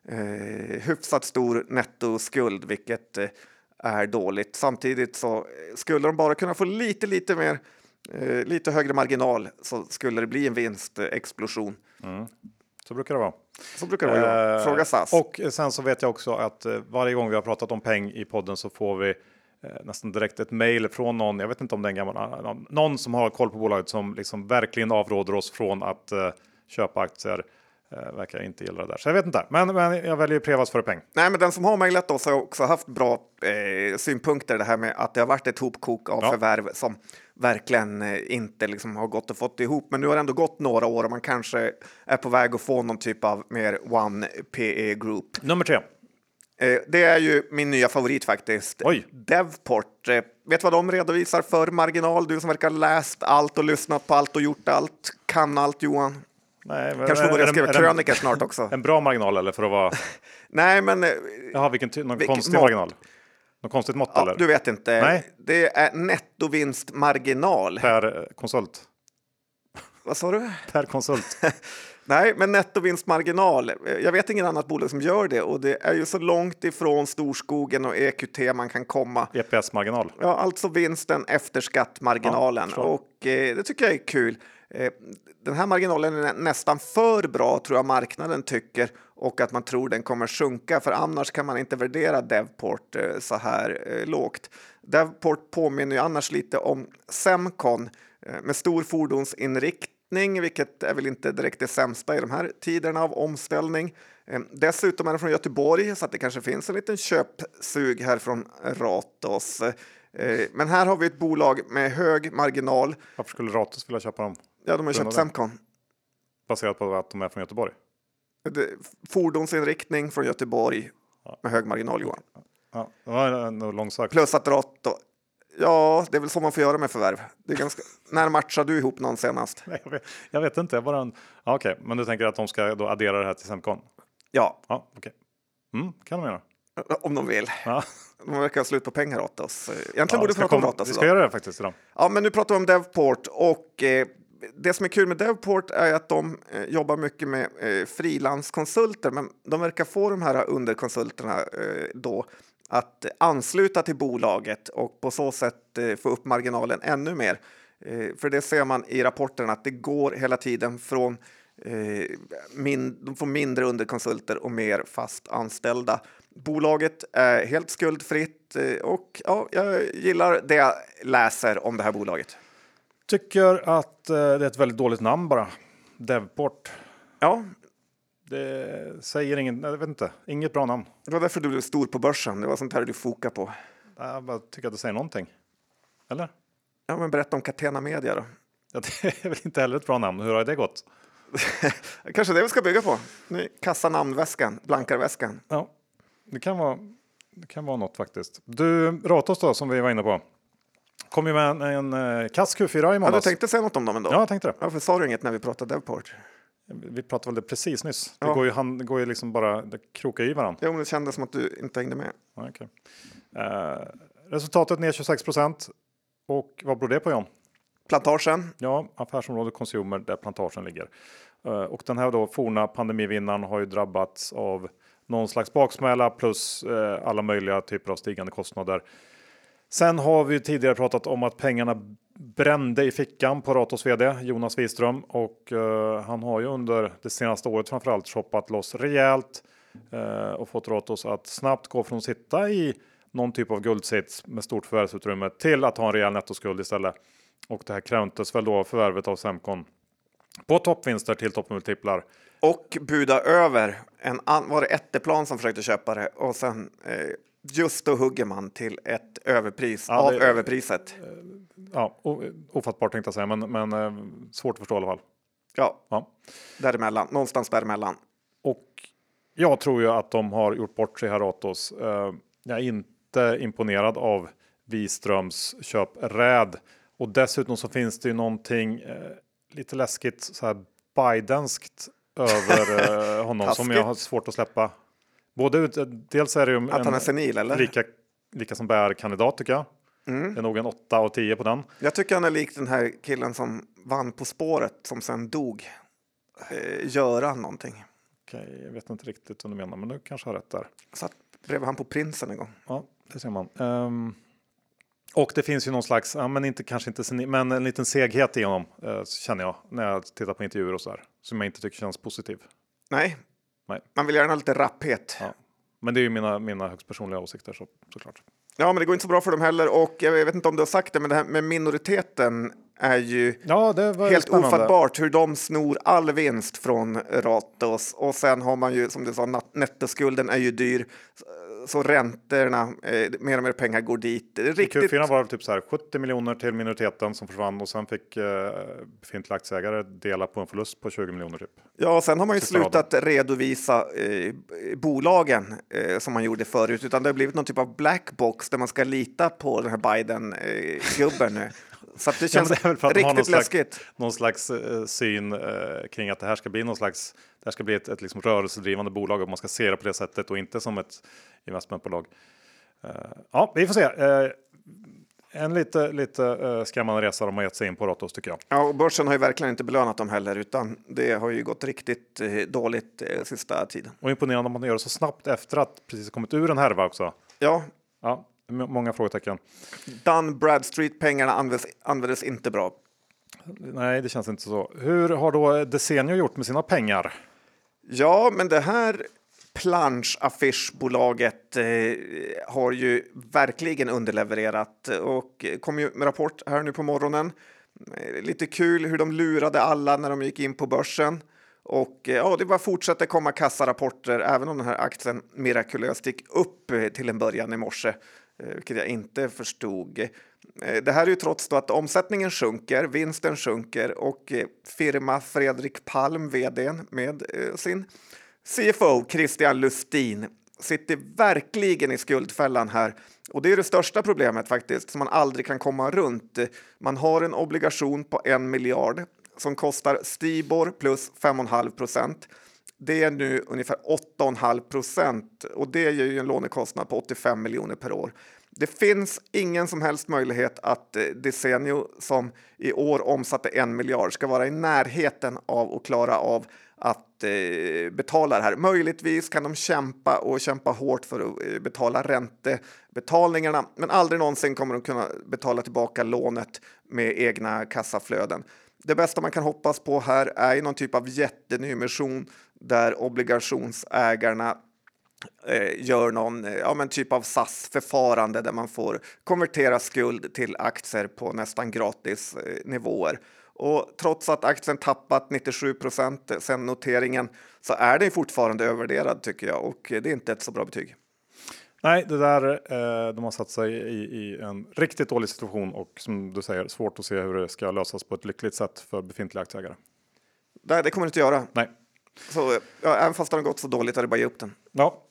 eh, hyfsat stor nettoskuld, vilket eh, är dåligt. Samtidigt så skulle de bara kunna få lite, lite mer, eh, lite högre marginal, så skulle det bli en vinstexplosion. Mm. Så brukar det vara. Så brukar det vara. Eh, Fråga S A S. Och sen så vet jag också att eh, varje gång vi har pratat om peng i podden så får vi eh, nästan direkt ett mejl från någon, jag vet inte om den gamla, någon, någon som har koll på bolaget som liksom verkligen avråder oss från att eh, köpa aktier. Eh, verkar inte gilla det där. Så jag vet inte, men, men jag väljer Prevas före peng. Nej, men den som har mejlat oss har också haft bra eh, synpunkter, det här med att det har varit ett hopkok av Ja. förvärv som verkligen eh, inte liksom har gått och fått ihop. Men nu har det ändå gått några år och man kanske är på väg att få någon typ av mer One P E Group. Nummer tre. Eh, det är ju min nya favorit faktiskt. Oj. Devport. Eh, vet vad de redovisar för marginal? Du som verkar ha läst allt och lyssnat på allt och gjort allt. Kan allt, Johan. Nej, men, Kanske får börja är det- skriva är det- krönikor snart också. En bra marginal eller för att vara... Nej, men... Eh, Jaha, vilken ty- någon Vilken konstig mått? marginal? Något konstigt mått ja, eller? du vet inte. Nej. Det är nettovinstmarginal. Per eh, konsult. Vad sa du? Per konsult. Nej, men nettovinstmarginal. Jag vet ingen annat bolag som gör det, och det är ju så långt ifrån storskogen och E Q T man kan komma. E P S-marginal. Ja, alltså vinsten efter skattmarginalen. Ja, och eh, det tycker jag är kul. Eh, den här marginalen är nästan för bra, tror jag marknaden tycker, och att man tror den kommer sjunka, för annars kan man inte värdera Devport eh, så här eh, lågt. Devport påminner ju annars lite om Semcon eh, med stor fordonsinriktning, vilket är väl inte direkt det sämsta i de här tiderna av omställning. Eh, dessutom är den från Göteborg, så att det kanske finns en liten köpsug här från Ratos. Eh, men här har vi ett bolag med hög marginal. Varför skulle Ratos vilja köpa dem? Ja, de har På grund köpt av det. Semcon. Baserat på att de är från Göteborg. Det- Fordonsinriktning från Göteborg med hög marginal, Johan. Ja, det var nog långsökt. Plus att Rato... Ja, det är väl så man får göra med förvärv. Det är ganska... När matchar du ihop någon senast? Nej, jag, vet, jag vet inte, jag bara en... Ja, okej, men du tänker att de ska då addera det här till Semcon? Ja, Ja, okej. Mm, kan de göra. om de vill. Ja. De verkar ha slut på pengar, Ratos. Egentligen Ja, borde vi vi ska prata om komma- Ratos Vi ska idag. göra det faktiskt idag. Ja, men nu pratar vi om Devport, och eh, det som är kul med Devport är att de eh, jobbar mycket med eh, frilanskonsulter, men de verkar få de här underkonsulterna eh, då att ansluta till bolaget och på så sätt eh, få upp marginalen ännu mer. Eh, för det ser man i rapporten att det går hela tiden från eh, min, de får mindre underkonsulter och mer fast anställda. Bolaget är helt skuldfritt eh, och ja, jag gillar det jag läser om det här bolaget. Tycker att eh, det är ett väldigt dåligt namn bara. Devport. Ja, Det säger ingen, jag vet inte, inget bra namn. det var därför du blev stor på börsen. Det var sånt här du fokar på. Jag bara tycker att det säger någonting. Eller? Ja, men berätta om Catena Media då. Ja, det är väl inte heller ett bra namn. Hur har det gått? Kanske det vi ska bygga på. Nu, kassa namnväskan, blankarväskan. Ja, det kan vara, det kan vara något faktiskt. Du, Ratos då, som vi var inne på. Kom ju med en, en eh, kass Q fyra i Ja, du måndags. tänkte säga något om dem ändå? Ja, jag tänkte det. Varför sa du inget när vi pratade Devport? Vi pratade väl det precis nyss. Det Ja. går ju, han, det går ju liksom bara, det krokar i varandra. Jo, men det kändes som att du inte hängde med. Ja, okej. Eh, resultatet ner tjugosex procent. Och vad beror det på, John? Plantagen. Ja, affärsområde Consumer där Plantagen ligger. Eh, och den här då forna pandemivinnaren har ju drabbats av någon slags baksmälla plus eh, alla möjliga typer av stigande kostnader. Sen har vi tidigare pratat om att pengarna brände i fickan på Ratos vd Jonas Wiström, och eh, han har ju under det senaste året framförallt shoppat loss rejält eh, och fått Ratos att snabbt gå från att sitta i någon typ av guldsits med stort förvärvsutrymme till att ha en rejäl nettoskuld istället. Och det här kröntes väl då förvärvet av Semcon på toppvinster till toppmultiplar. Och buda över. En an- var det Etteplan som försökte köpa det? Och sen eh, just då hugger man till ett överpris Ja, av det- överpriset. Ja, o- ofattbart tänkte jag säga, men, men eh, svårt att förstå i alla fall. Ja, Ja. däremellan. Någonstans däremellan. Och jag tror ju att de har gjort bort sig här, Ratos. Eh, jag är inte imponerad av Wiströms köpräd. Och dessutom så finns det ju någonting eh, lite läskigt, så här Bidenskt över eh, honom som jag har svårt att släppa. Både ut, dels är det ju en, Att han är senil, eller? lika, lika som bär-kandidat tycker jag. Mm. Det är nog en åtta av tio på den. Jag tycker han är lik den här killen som vann På spåret som sen dog. Eh, göra någonting. okej, jag vet inte riktigt vad du menar, men du kanske har rätt där. Satt bredvid han på prinsen en gång. Ja, det ser man. Um, och det finns ju någon slags, ja, men inte kanske inte, men en liten seghet i honom, uh, känner jag när jag tittar på intervjuer och så där, som jag inte tycker känns positiv. Nej, Nej. Man vill gärna ha lite rapphet. Ja. Men det är ju mina, mina högst personliga åsikter så, såklart. Ja, men det går inte så bra för dem heller. Och jag vet inte om du har sagt det, men det här med minoriteten är ju ja, det var helt spännande. ofattbart hur de snor all vinst från Ratos. Och sen har man ju, som du sa, nettoskulden är ju dyr. Så räntorna, eh, mer och mer pengar går dit. Det är riktigt... Q fyra var typ så här sjuttio miljoner till minoriteten som försvann och sen fick eh, befintliga aktieägare dela på en förlust på tjugo miljoner typ. Ja, sen har man ju Sista slutat raden. redovisa eh, bolagen eh, som man gjorde förut, utan det har blivit någon typ av blackbox där man ska lita på den här Biden-gubben nu. Så att det känns ja, det riktigt någon läskigt. Slags, någon slags uh, syn uh, kring att det här ska bli någon slags, det här ska bli ett, ett liksom rörelsedrivande bolag och man ska se det på det sättet och inte som ett investmentbolag. Uh, ja, vi får se. Uh, en lite, lite uh, skrämmande resa de har gett sig in på Ratos tycker jag. Ja, och börsen har ju verkligen inte belönat dem heller, utan det har ju gått riktigt uh, dåligt uh, sista tiden. Och imponerande om man gör det så snabbt efter att precis kommit ur en härva också. Ja. Ja. Många frågetecken. Dun Bradstreet-pengarna används, användes inte bra. Nej, det känns inte så. Hur har då Desenio gjort med sina pengar? Ja, men det här planschaffischbolaget eh, har ju verkligen underlevererat och kom ju med rapport här nu på morgonen. Eh, lite kul hur de lurade alla när de gick in på börsen. Och eh, ja, det bara fortsätter komma kassarapporter även om den här aktien mirakulöst gick upp eh, till en början i morse. Vilket jag inte förstod. Det här är ju trots då att omsättningen sjunker, vinsten sjunker och firma Fredrik Palm, vdn med sin C F O Christian Lustin, sitter verkligen i skuldfällan här. Och det är det största problemet faktiskt som man aldrig kan komma runt. Man har en obligation på en miljard som kostar Stibor plus fem komma fem procent. Det är nu ungefär åtta komma fem procent och det ger ju en lånekostnad på åttiofem miljoner per år. Det finns ingen som helst möjlighet att Desenio som i år omsatte en miljard ska vara i närheten av att klara av att eh, betala det här. Möjligtvis kan de kämpa och kämpa hårt för att eh, betala räntebetalningarna, men aldrig någonsin kommer de kunna betala tillbaka lånet med egna kassaflöden. Det bästa man kan hoppas på här är någon typ av jättenymission där obligationsägarna eh, gör någon ja, men typ av S A S-förfarande där man får konvertera skuld till aktier på nästan gratis eh, nivåer. Och trots att aktien tappat nittiosju procent sedan noteringen så är det fortfarande övervärderad tycker jag och det är inte ett så bra betyg. Nej, det där, eh, de har satt sig i, i en riktigt dålig situation och som du säger, svårt att se hur det ska lösas på ett lyckligt sätt för befintliga aktieägare. Nej, det kommer det inte göra. Nej. Så ja, även fast det har gått så dåligt är det bara ge upp den. Ja.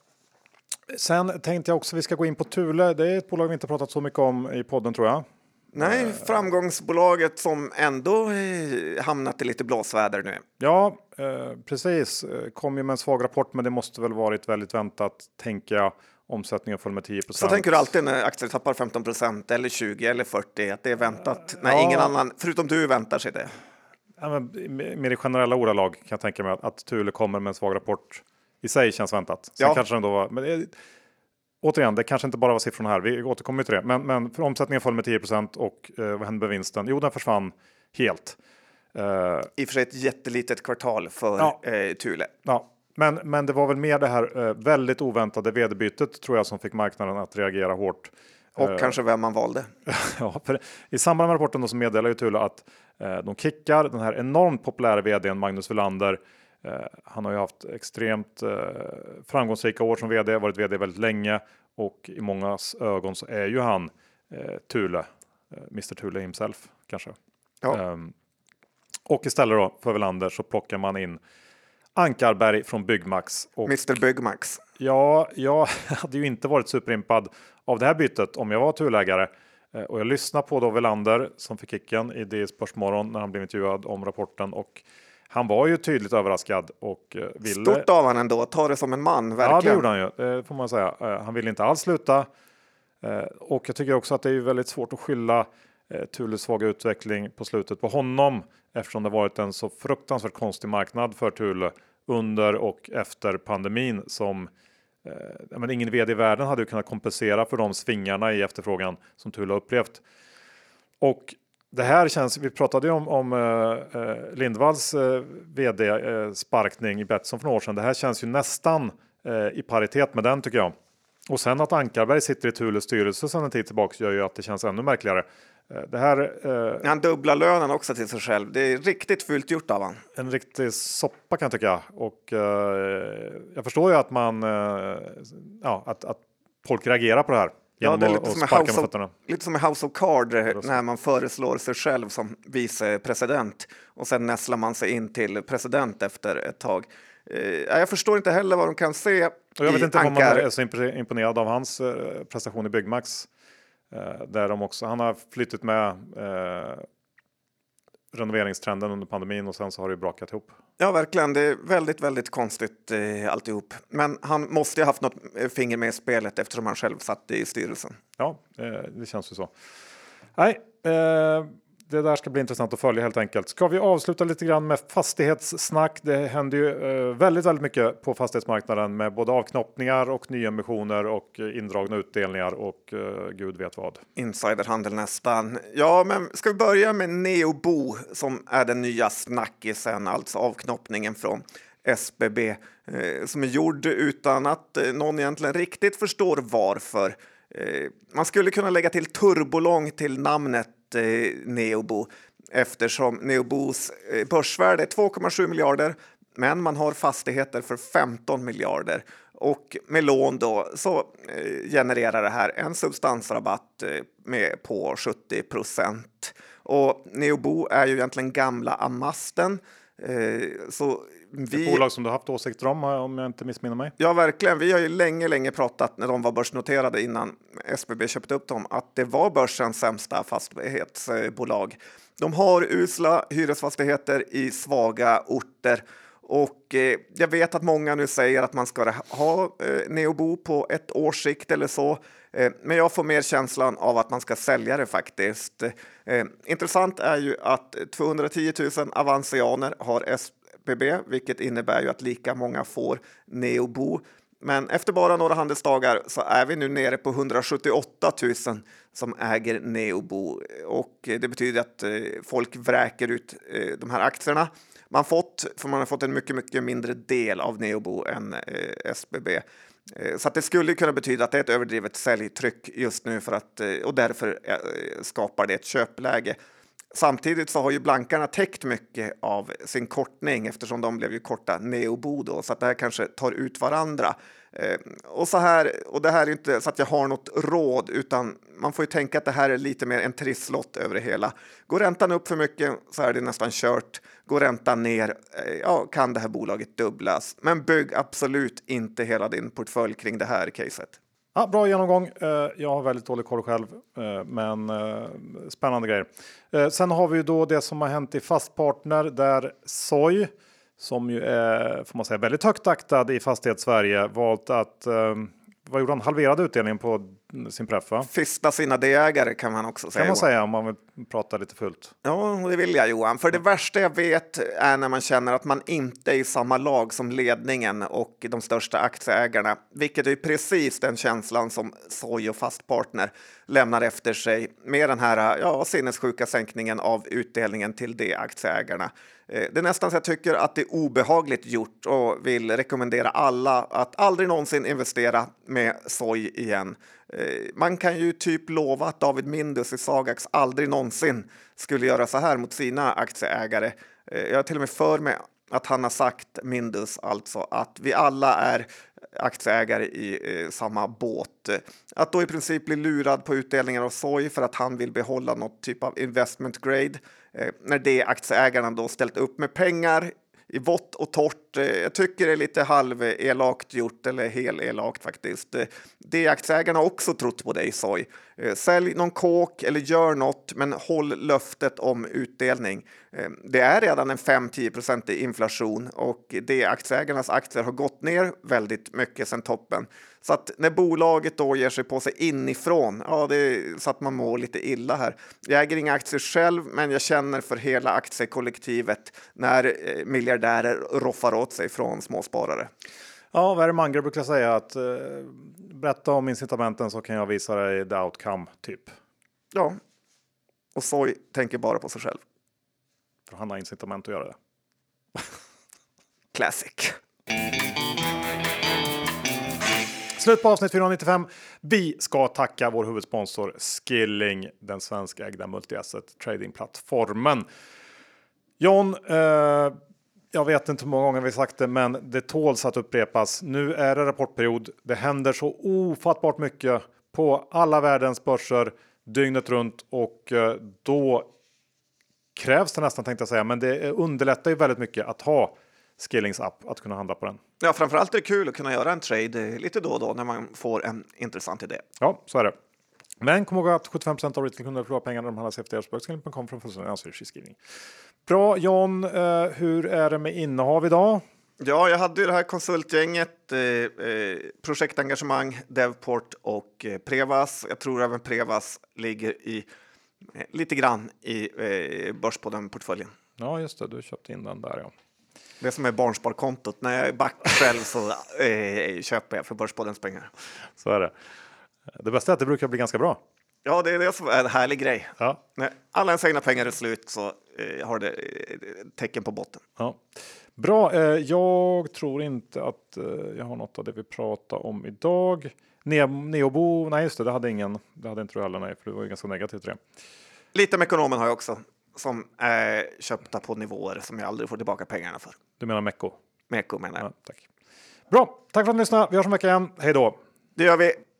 Sen tänkte jag också att vi ska gå in på Thule. Det är ett bolag vi inte pratat så mycket om i podden tror jag. Nej, framgångsbolaget som ändå eh, hamnat i lite blåsväder nu. Ja, eh, precis. Kom ju med en svag rapport men det måste väl varit väldigt väntat, tänker jag. Omsättningen föll med tio procent. Så tänker du alltid när aktier tappar femton procent eller tjugo eller fyrtio att det är väntat när ja. ingen annan, förutom du, väntar sig det. Ja, men med det generella ordalag kan jag tänka mig att, att Thule kommer med en svag rapport i sig känns väntat. Sen ja. kanske den då var, men det, återigen, det kanske inte bara var siffrorna här. Vi återkommer till det. Men, men för omsättningen föll med tio procent och eh, vad hände med vinsten? Jo, den försvann helt. Uh, I och för sig ett jättelitet kvartal för ja. eh, Thule. Ja. Men, men det var väl mer det här eh, väldigt oväntade vd-bytet tror jag som fick marknaden att reagera hårt. Och eh, kanske vem man valde. ja, för i samband med rapporten då så meddelar ju Thule att eh, de kickar den här enormt populära vdn Magnus Welander. Eh, han har ju haft extremt eh, framgångsrika år som vd, varit vd väldigt länge och i mångas ögon så är ju han eh, Thule, eh, mister Thule himself kanske. Ja. Eh, och istället då för Welander så plockar man in Ankarberg från Byggmax. Och, mister Byggmax. Ja, jag hade ju inte varit superimpad av det här bytet om jag var Thule-ägare. Eh, och jag lyssnade på då Welander som fick kicken i D S Börsmorgon när han blev intervjuad om rapporten och han var ju tydligt överraskad och eh, ville... Stort av han ändå, ta det som en man, verkligen. Ja, det gjorde han ju, det får man säga. Eh, han ville inte alls sluta. Eh, och jag tycker också att det är väldigt svårt att skylla eh, Thules svaga utveckling på slutet på honom eftersom det varit en så fruktansvärt konstig marknad för Thule under och efter pandemin som eh, men ingen vd i världen hade ju kunnat kompensera för de svingarna i efterfrågan som Thule har upplevt. Och det här känns, vi pratade ju om, om eh, Lindvalls eh, vd-sparkning eh, i Betsson för några år sedan. Det här känns ju nästan eh, i paritet med den tycker jag. Och sen att Ankarberg sitter i Thules styrelse sedan en tid tillbaka gör ju att det känns ännu märkligare. Eh, det här, eh, Han dubblar lönen också till sig själv. Det är riktigt fult gjort av han. En riktig soppa kan jag tycka. Och eh, jag förstår ju att man, eh, ja, att, att folk reagerar på det här. Ja, det är lite och, som, och House of, lite som i House of Cards när man föreslår sig själv som vicepresident och sen näslar man sig in till president efter ett tag. Eh, jag förstår inte heller vad de kan se. Och jag vet inte Ankar. om man är så imponerad av hans eh, prestation i Byggmax. Eh, där de också, han har flyttat med eh, renoveringstrenden under pandemin och sen så har det brakat ihop. Ja, verkligen. Det är väldigt, väldigt konstigt eh, alltihop. Men han måste ju ha haft något finger med i spelet eftersom han själv satt i styrelsen. Ja, eh, det känns ju så. Nej, eh, det där ska bli intressant att följa helt enkelt. Ska vi avsluta lite grann med fastighetssnack? Det händer ju eh, väldigt, väldigt mycket på fastighetsmarknaden med både avknoppningar och nyemissioner och eh, indragna utdelningar och eh, gud vet vad. Insiderhandel nästan. Ja, men ska vi börja med Neobo som är den nya snackisen, alltså avknoppningen från S B B eh, som är gjord utan att eh, någon egentligen riktigt förstår varför. Eh, man skulle kunna lägga till turbolång till namnet eh, Neobo eftersom Neobos eh, börsvärde är två komma sju miljarder men man har fastigheter för femton miljarder och med lån då så eh, genererar det här en substansrabatt eh, med på sjuttio procent. Och Neobo är ju egentligen gamla Amasten eh, så vi... Ett bolag som du har haft åsikter om, om jag inte missminner mig. Ja, verkligen. Vi har ju länge, länge pratat när de var börsnoterade innan S B B köpte upp dem att det var börsens sämsta fastighetsbolag. De har usla hyresfastigheter i svaga orter och eh, jag vet att många nu säger att man ska ha eh, Neobo på ett års sikt eller så. Eh, men jag får mer känslan av att man ska sälja det faktiskt. Eh, intressant är ju att tvåhundratio tusen avansianer har S B B, vilket innebär ju att lika många får Neobo. Men efter bara några handelsdagar så är vi nu nere på hundrasjuttioåtta tusen som äger Neobo. Och det betyder att folk vräker ut de här aktierna man fått, för man har fått en mycket, mycket mindre del av Neobo än S B B. Så att det skulle kunna betyda att det är ett överdrivet säljtryck just nu för att, och därför skapar det ett köpläge. Samtidigt så har ju blankarna täckt mycket av sin kortning eftersom de blev ju korta Neobo då, så att det här kanske tar ut varandra. Eh, och så här, och det här är inte så att jag har något råd utan man får ju tänka att det här är lite mer en trisslott över det hela. Går räntan upp för mycket så är det nästan kört. Går räntan ner, eh, ja, kan det här bolaget dubblas. Men bygg absolut inte hela din portfölj kring det här caset. Ja, bra genomgång. Jag har väldigt dålig koll själv, men spännande grejer. Sen har vi ju då det som har hänt i Fastpartner där Soy, som ju är, får man säga, väldigt högt aktad i Fastighetssverige, valt att, vad gjorde han? Halverade utdelningen på sin pref, va? Fista sina deägare kan man också säga. Kan man säga om man vill prata lite fullt. Ja, det vill jag Johan. För det värsta jag vet är när man känner att man inte är i samma lag som ledningen och de största aktieägarna. Vilket är precis den känslan som Soy och Fastpartner lämnar efter sig med den här ja, sinnessjuka sänkningen av utdelningen till de aktieägarna. Det är nästan så jag tycker att det är obehagligt gjort och vill rekommendera alla att aldrig någonsin investera med Soy igen. Man kan ju typ lova att David Mindus i Sagax aldrig någonsin skulle göra så här mot sina aktieägare. Jag har till och med för mig att han har sagt, Mindus alltså, att vi alla är aktieägare i eh, samma båt. Att då i princip bli lurad på utdelningar av Soy för att han vill behålla något typ av investment grade. Eh, när det aktieägarna då ställt upp med pengar i vått och torrt. Eh, jag tycker det är lite halv elakt gjort eller hel elakt faktiskt. Eh, det aktieägarna har också trott på dig Soy. Eh, sälj någon kåk eller gör något, men håll löftet om utdelning. Eh, det är redan en fem till tio procent i inflation och det aktieägarnas aktier har gått ner väldigt mycket sedan toppen. Så att när bolaget då ger sig på sig inifrån, ja, det är så att man mår lite illa här. Jag äger inga aktier själv, men jag känner för hela aktiekollektivet när eh, miljardärer roffar åt sig från småsparare. Ja, Verre Manger brukar säga att eh, berätta om incitamenten så kan jag visa dig the outcome, typ. Ja, och Soy tänker bara på sig själv. För han har incitament att göra det. Classic. Slut på avsnitt fyrahundranittiofem. Vi ska tacka vår huvudsponsor Skilling, den svenskägda multi-asset tradingplattformen. John, eh, jag vet inte hur många gånger vi sagt det, men det tåls att upprepas. Nu är det rapportperiod. Det händer så ofattbart mycket på alla världens börser dygnet runt och eh, då krävs det nästan, tänkte jag säga, men det underlättar ju väldigt mycket att ha Skillings app, att kunna handla på den. Ja, framförallt är det kul att kunna göra en trade lite då och då när man får en intressant idé. Ja, så är det. Men kom ihåg att sjuttiofem procent av retailkunder förlorar pengar när de handlar C F D på skilling punkt com från fullständig ansvarig Skilling. Bra, John, eh, hur är det med innehav idag? Ja, jag hade ju det här konsultgänget, eh, eh, projektengagemang, Devport och eh, Prevas. Jag tror även Prevas ligger i eh, lite grann i eh, Börspodden-portföljen. Ja, just det. Du köpte in den där, ja. Det som är barnsparkontot. När jag är back själv så eh, köper jag för Börspoddens pengar. Så är det. Det bästa är att det brukar bli ganska bra. Ja, det är det som är en härlig grej. Ja. När alla ens egna pengar är slut så eh, har det eh, tecken på botten. Ja. Bra, eh, jag tror inte att eh, jag har något av det vi pratar om idag. Ne- Neobo, nej just det, det hade ingen. Det hade inte du heller, nej, för det var ju ganska negativt till det. Lite med ekonomen har jag också. Som är köpta på nivåer som jag aldrig får tillbaka pengarna för. Du menar Mecko? Meko menar jag. Ja, tack. Bra, tack för att ni lyssnade. Vi hörs om en vecka igen. Hej då! Det gör vi.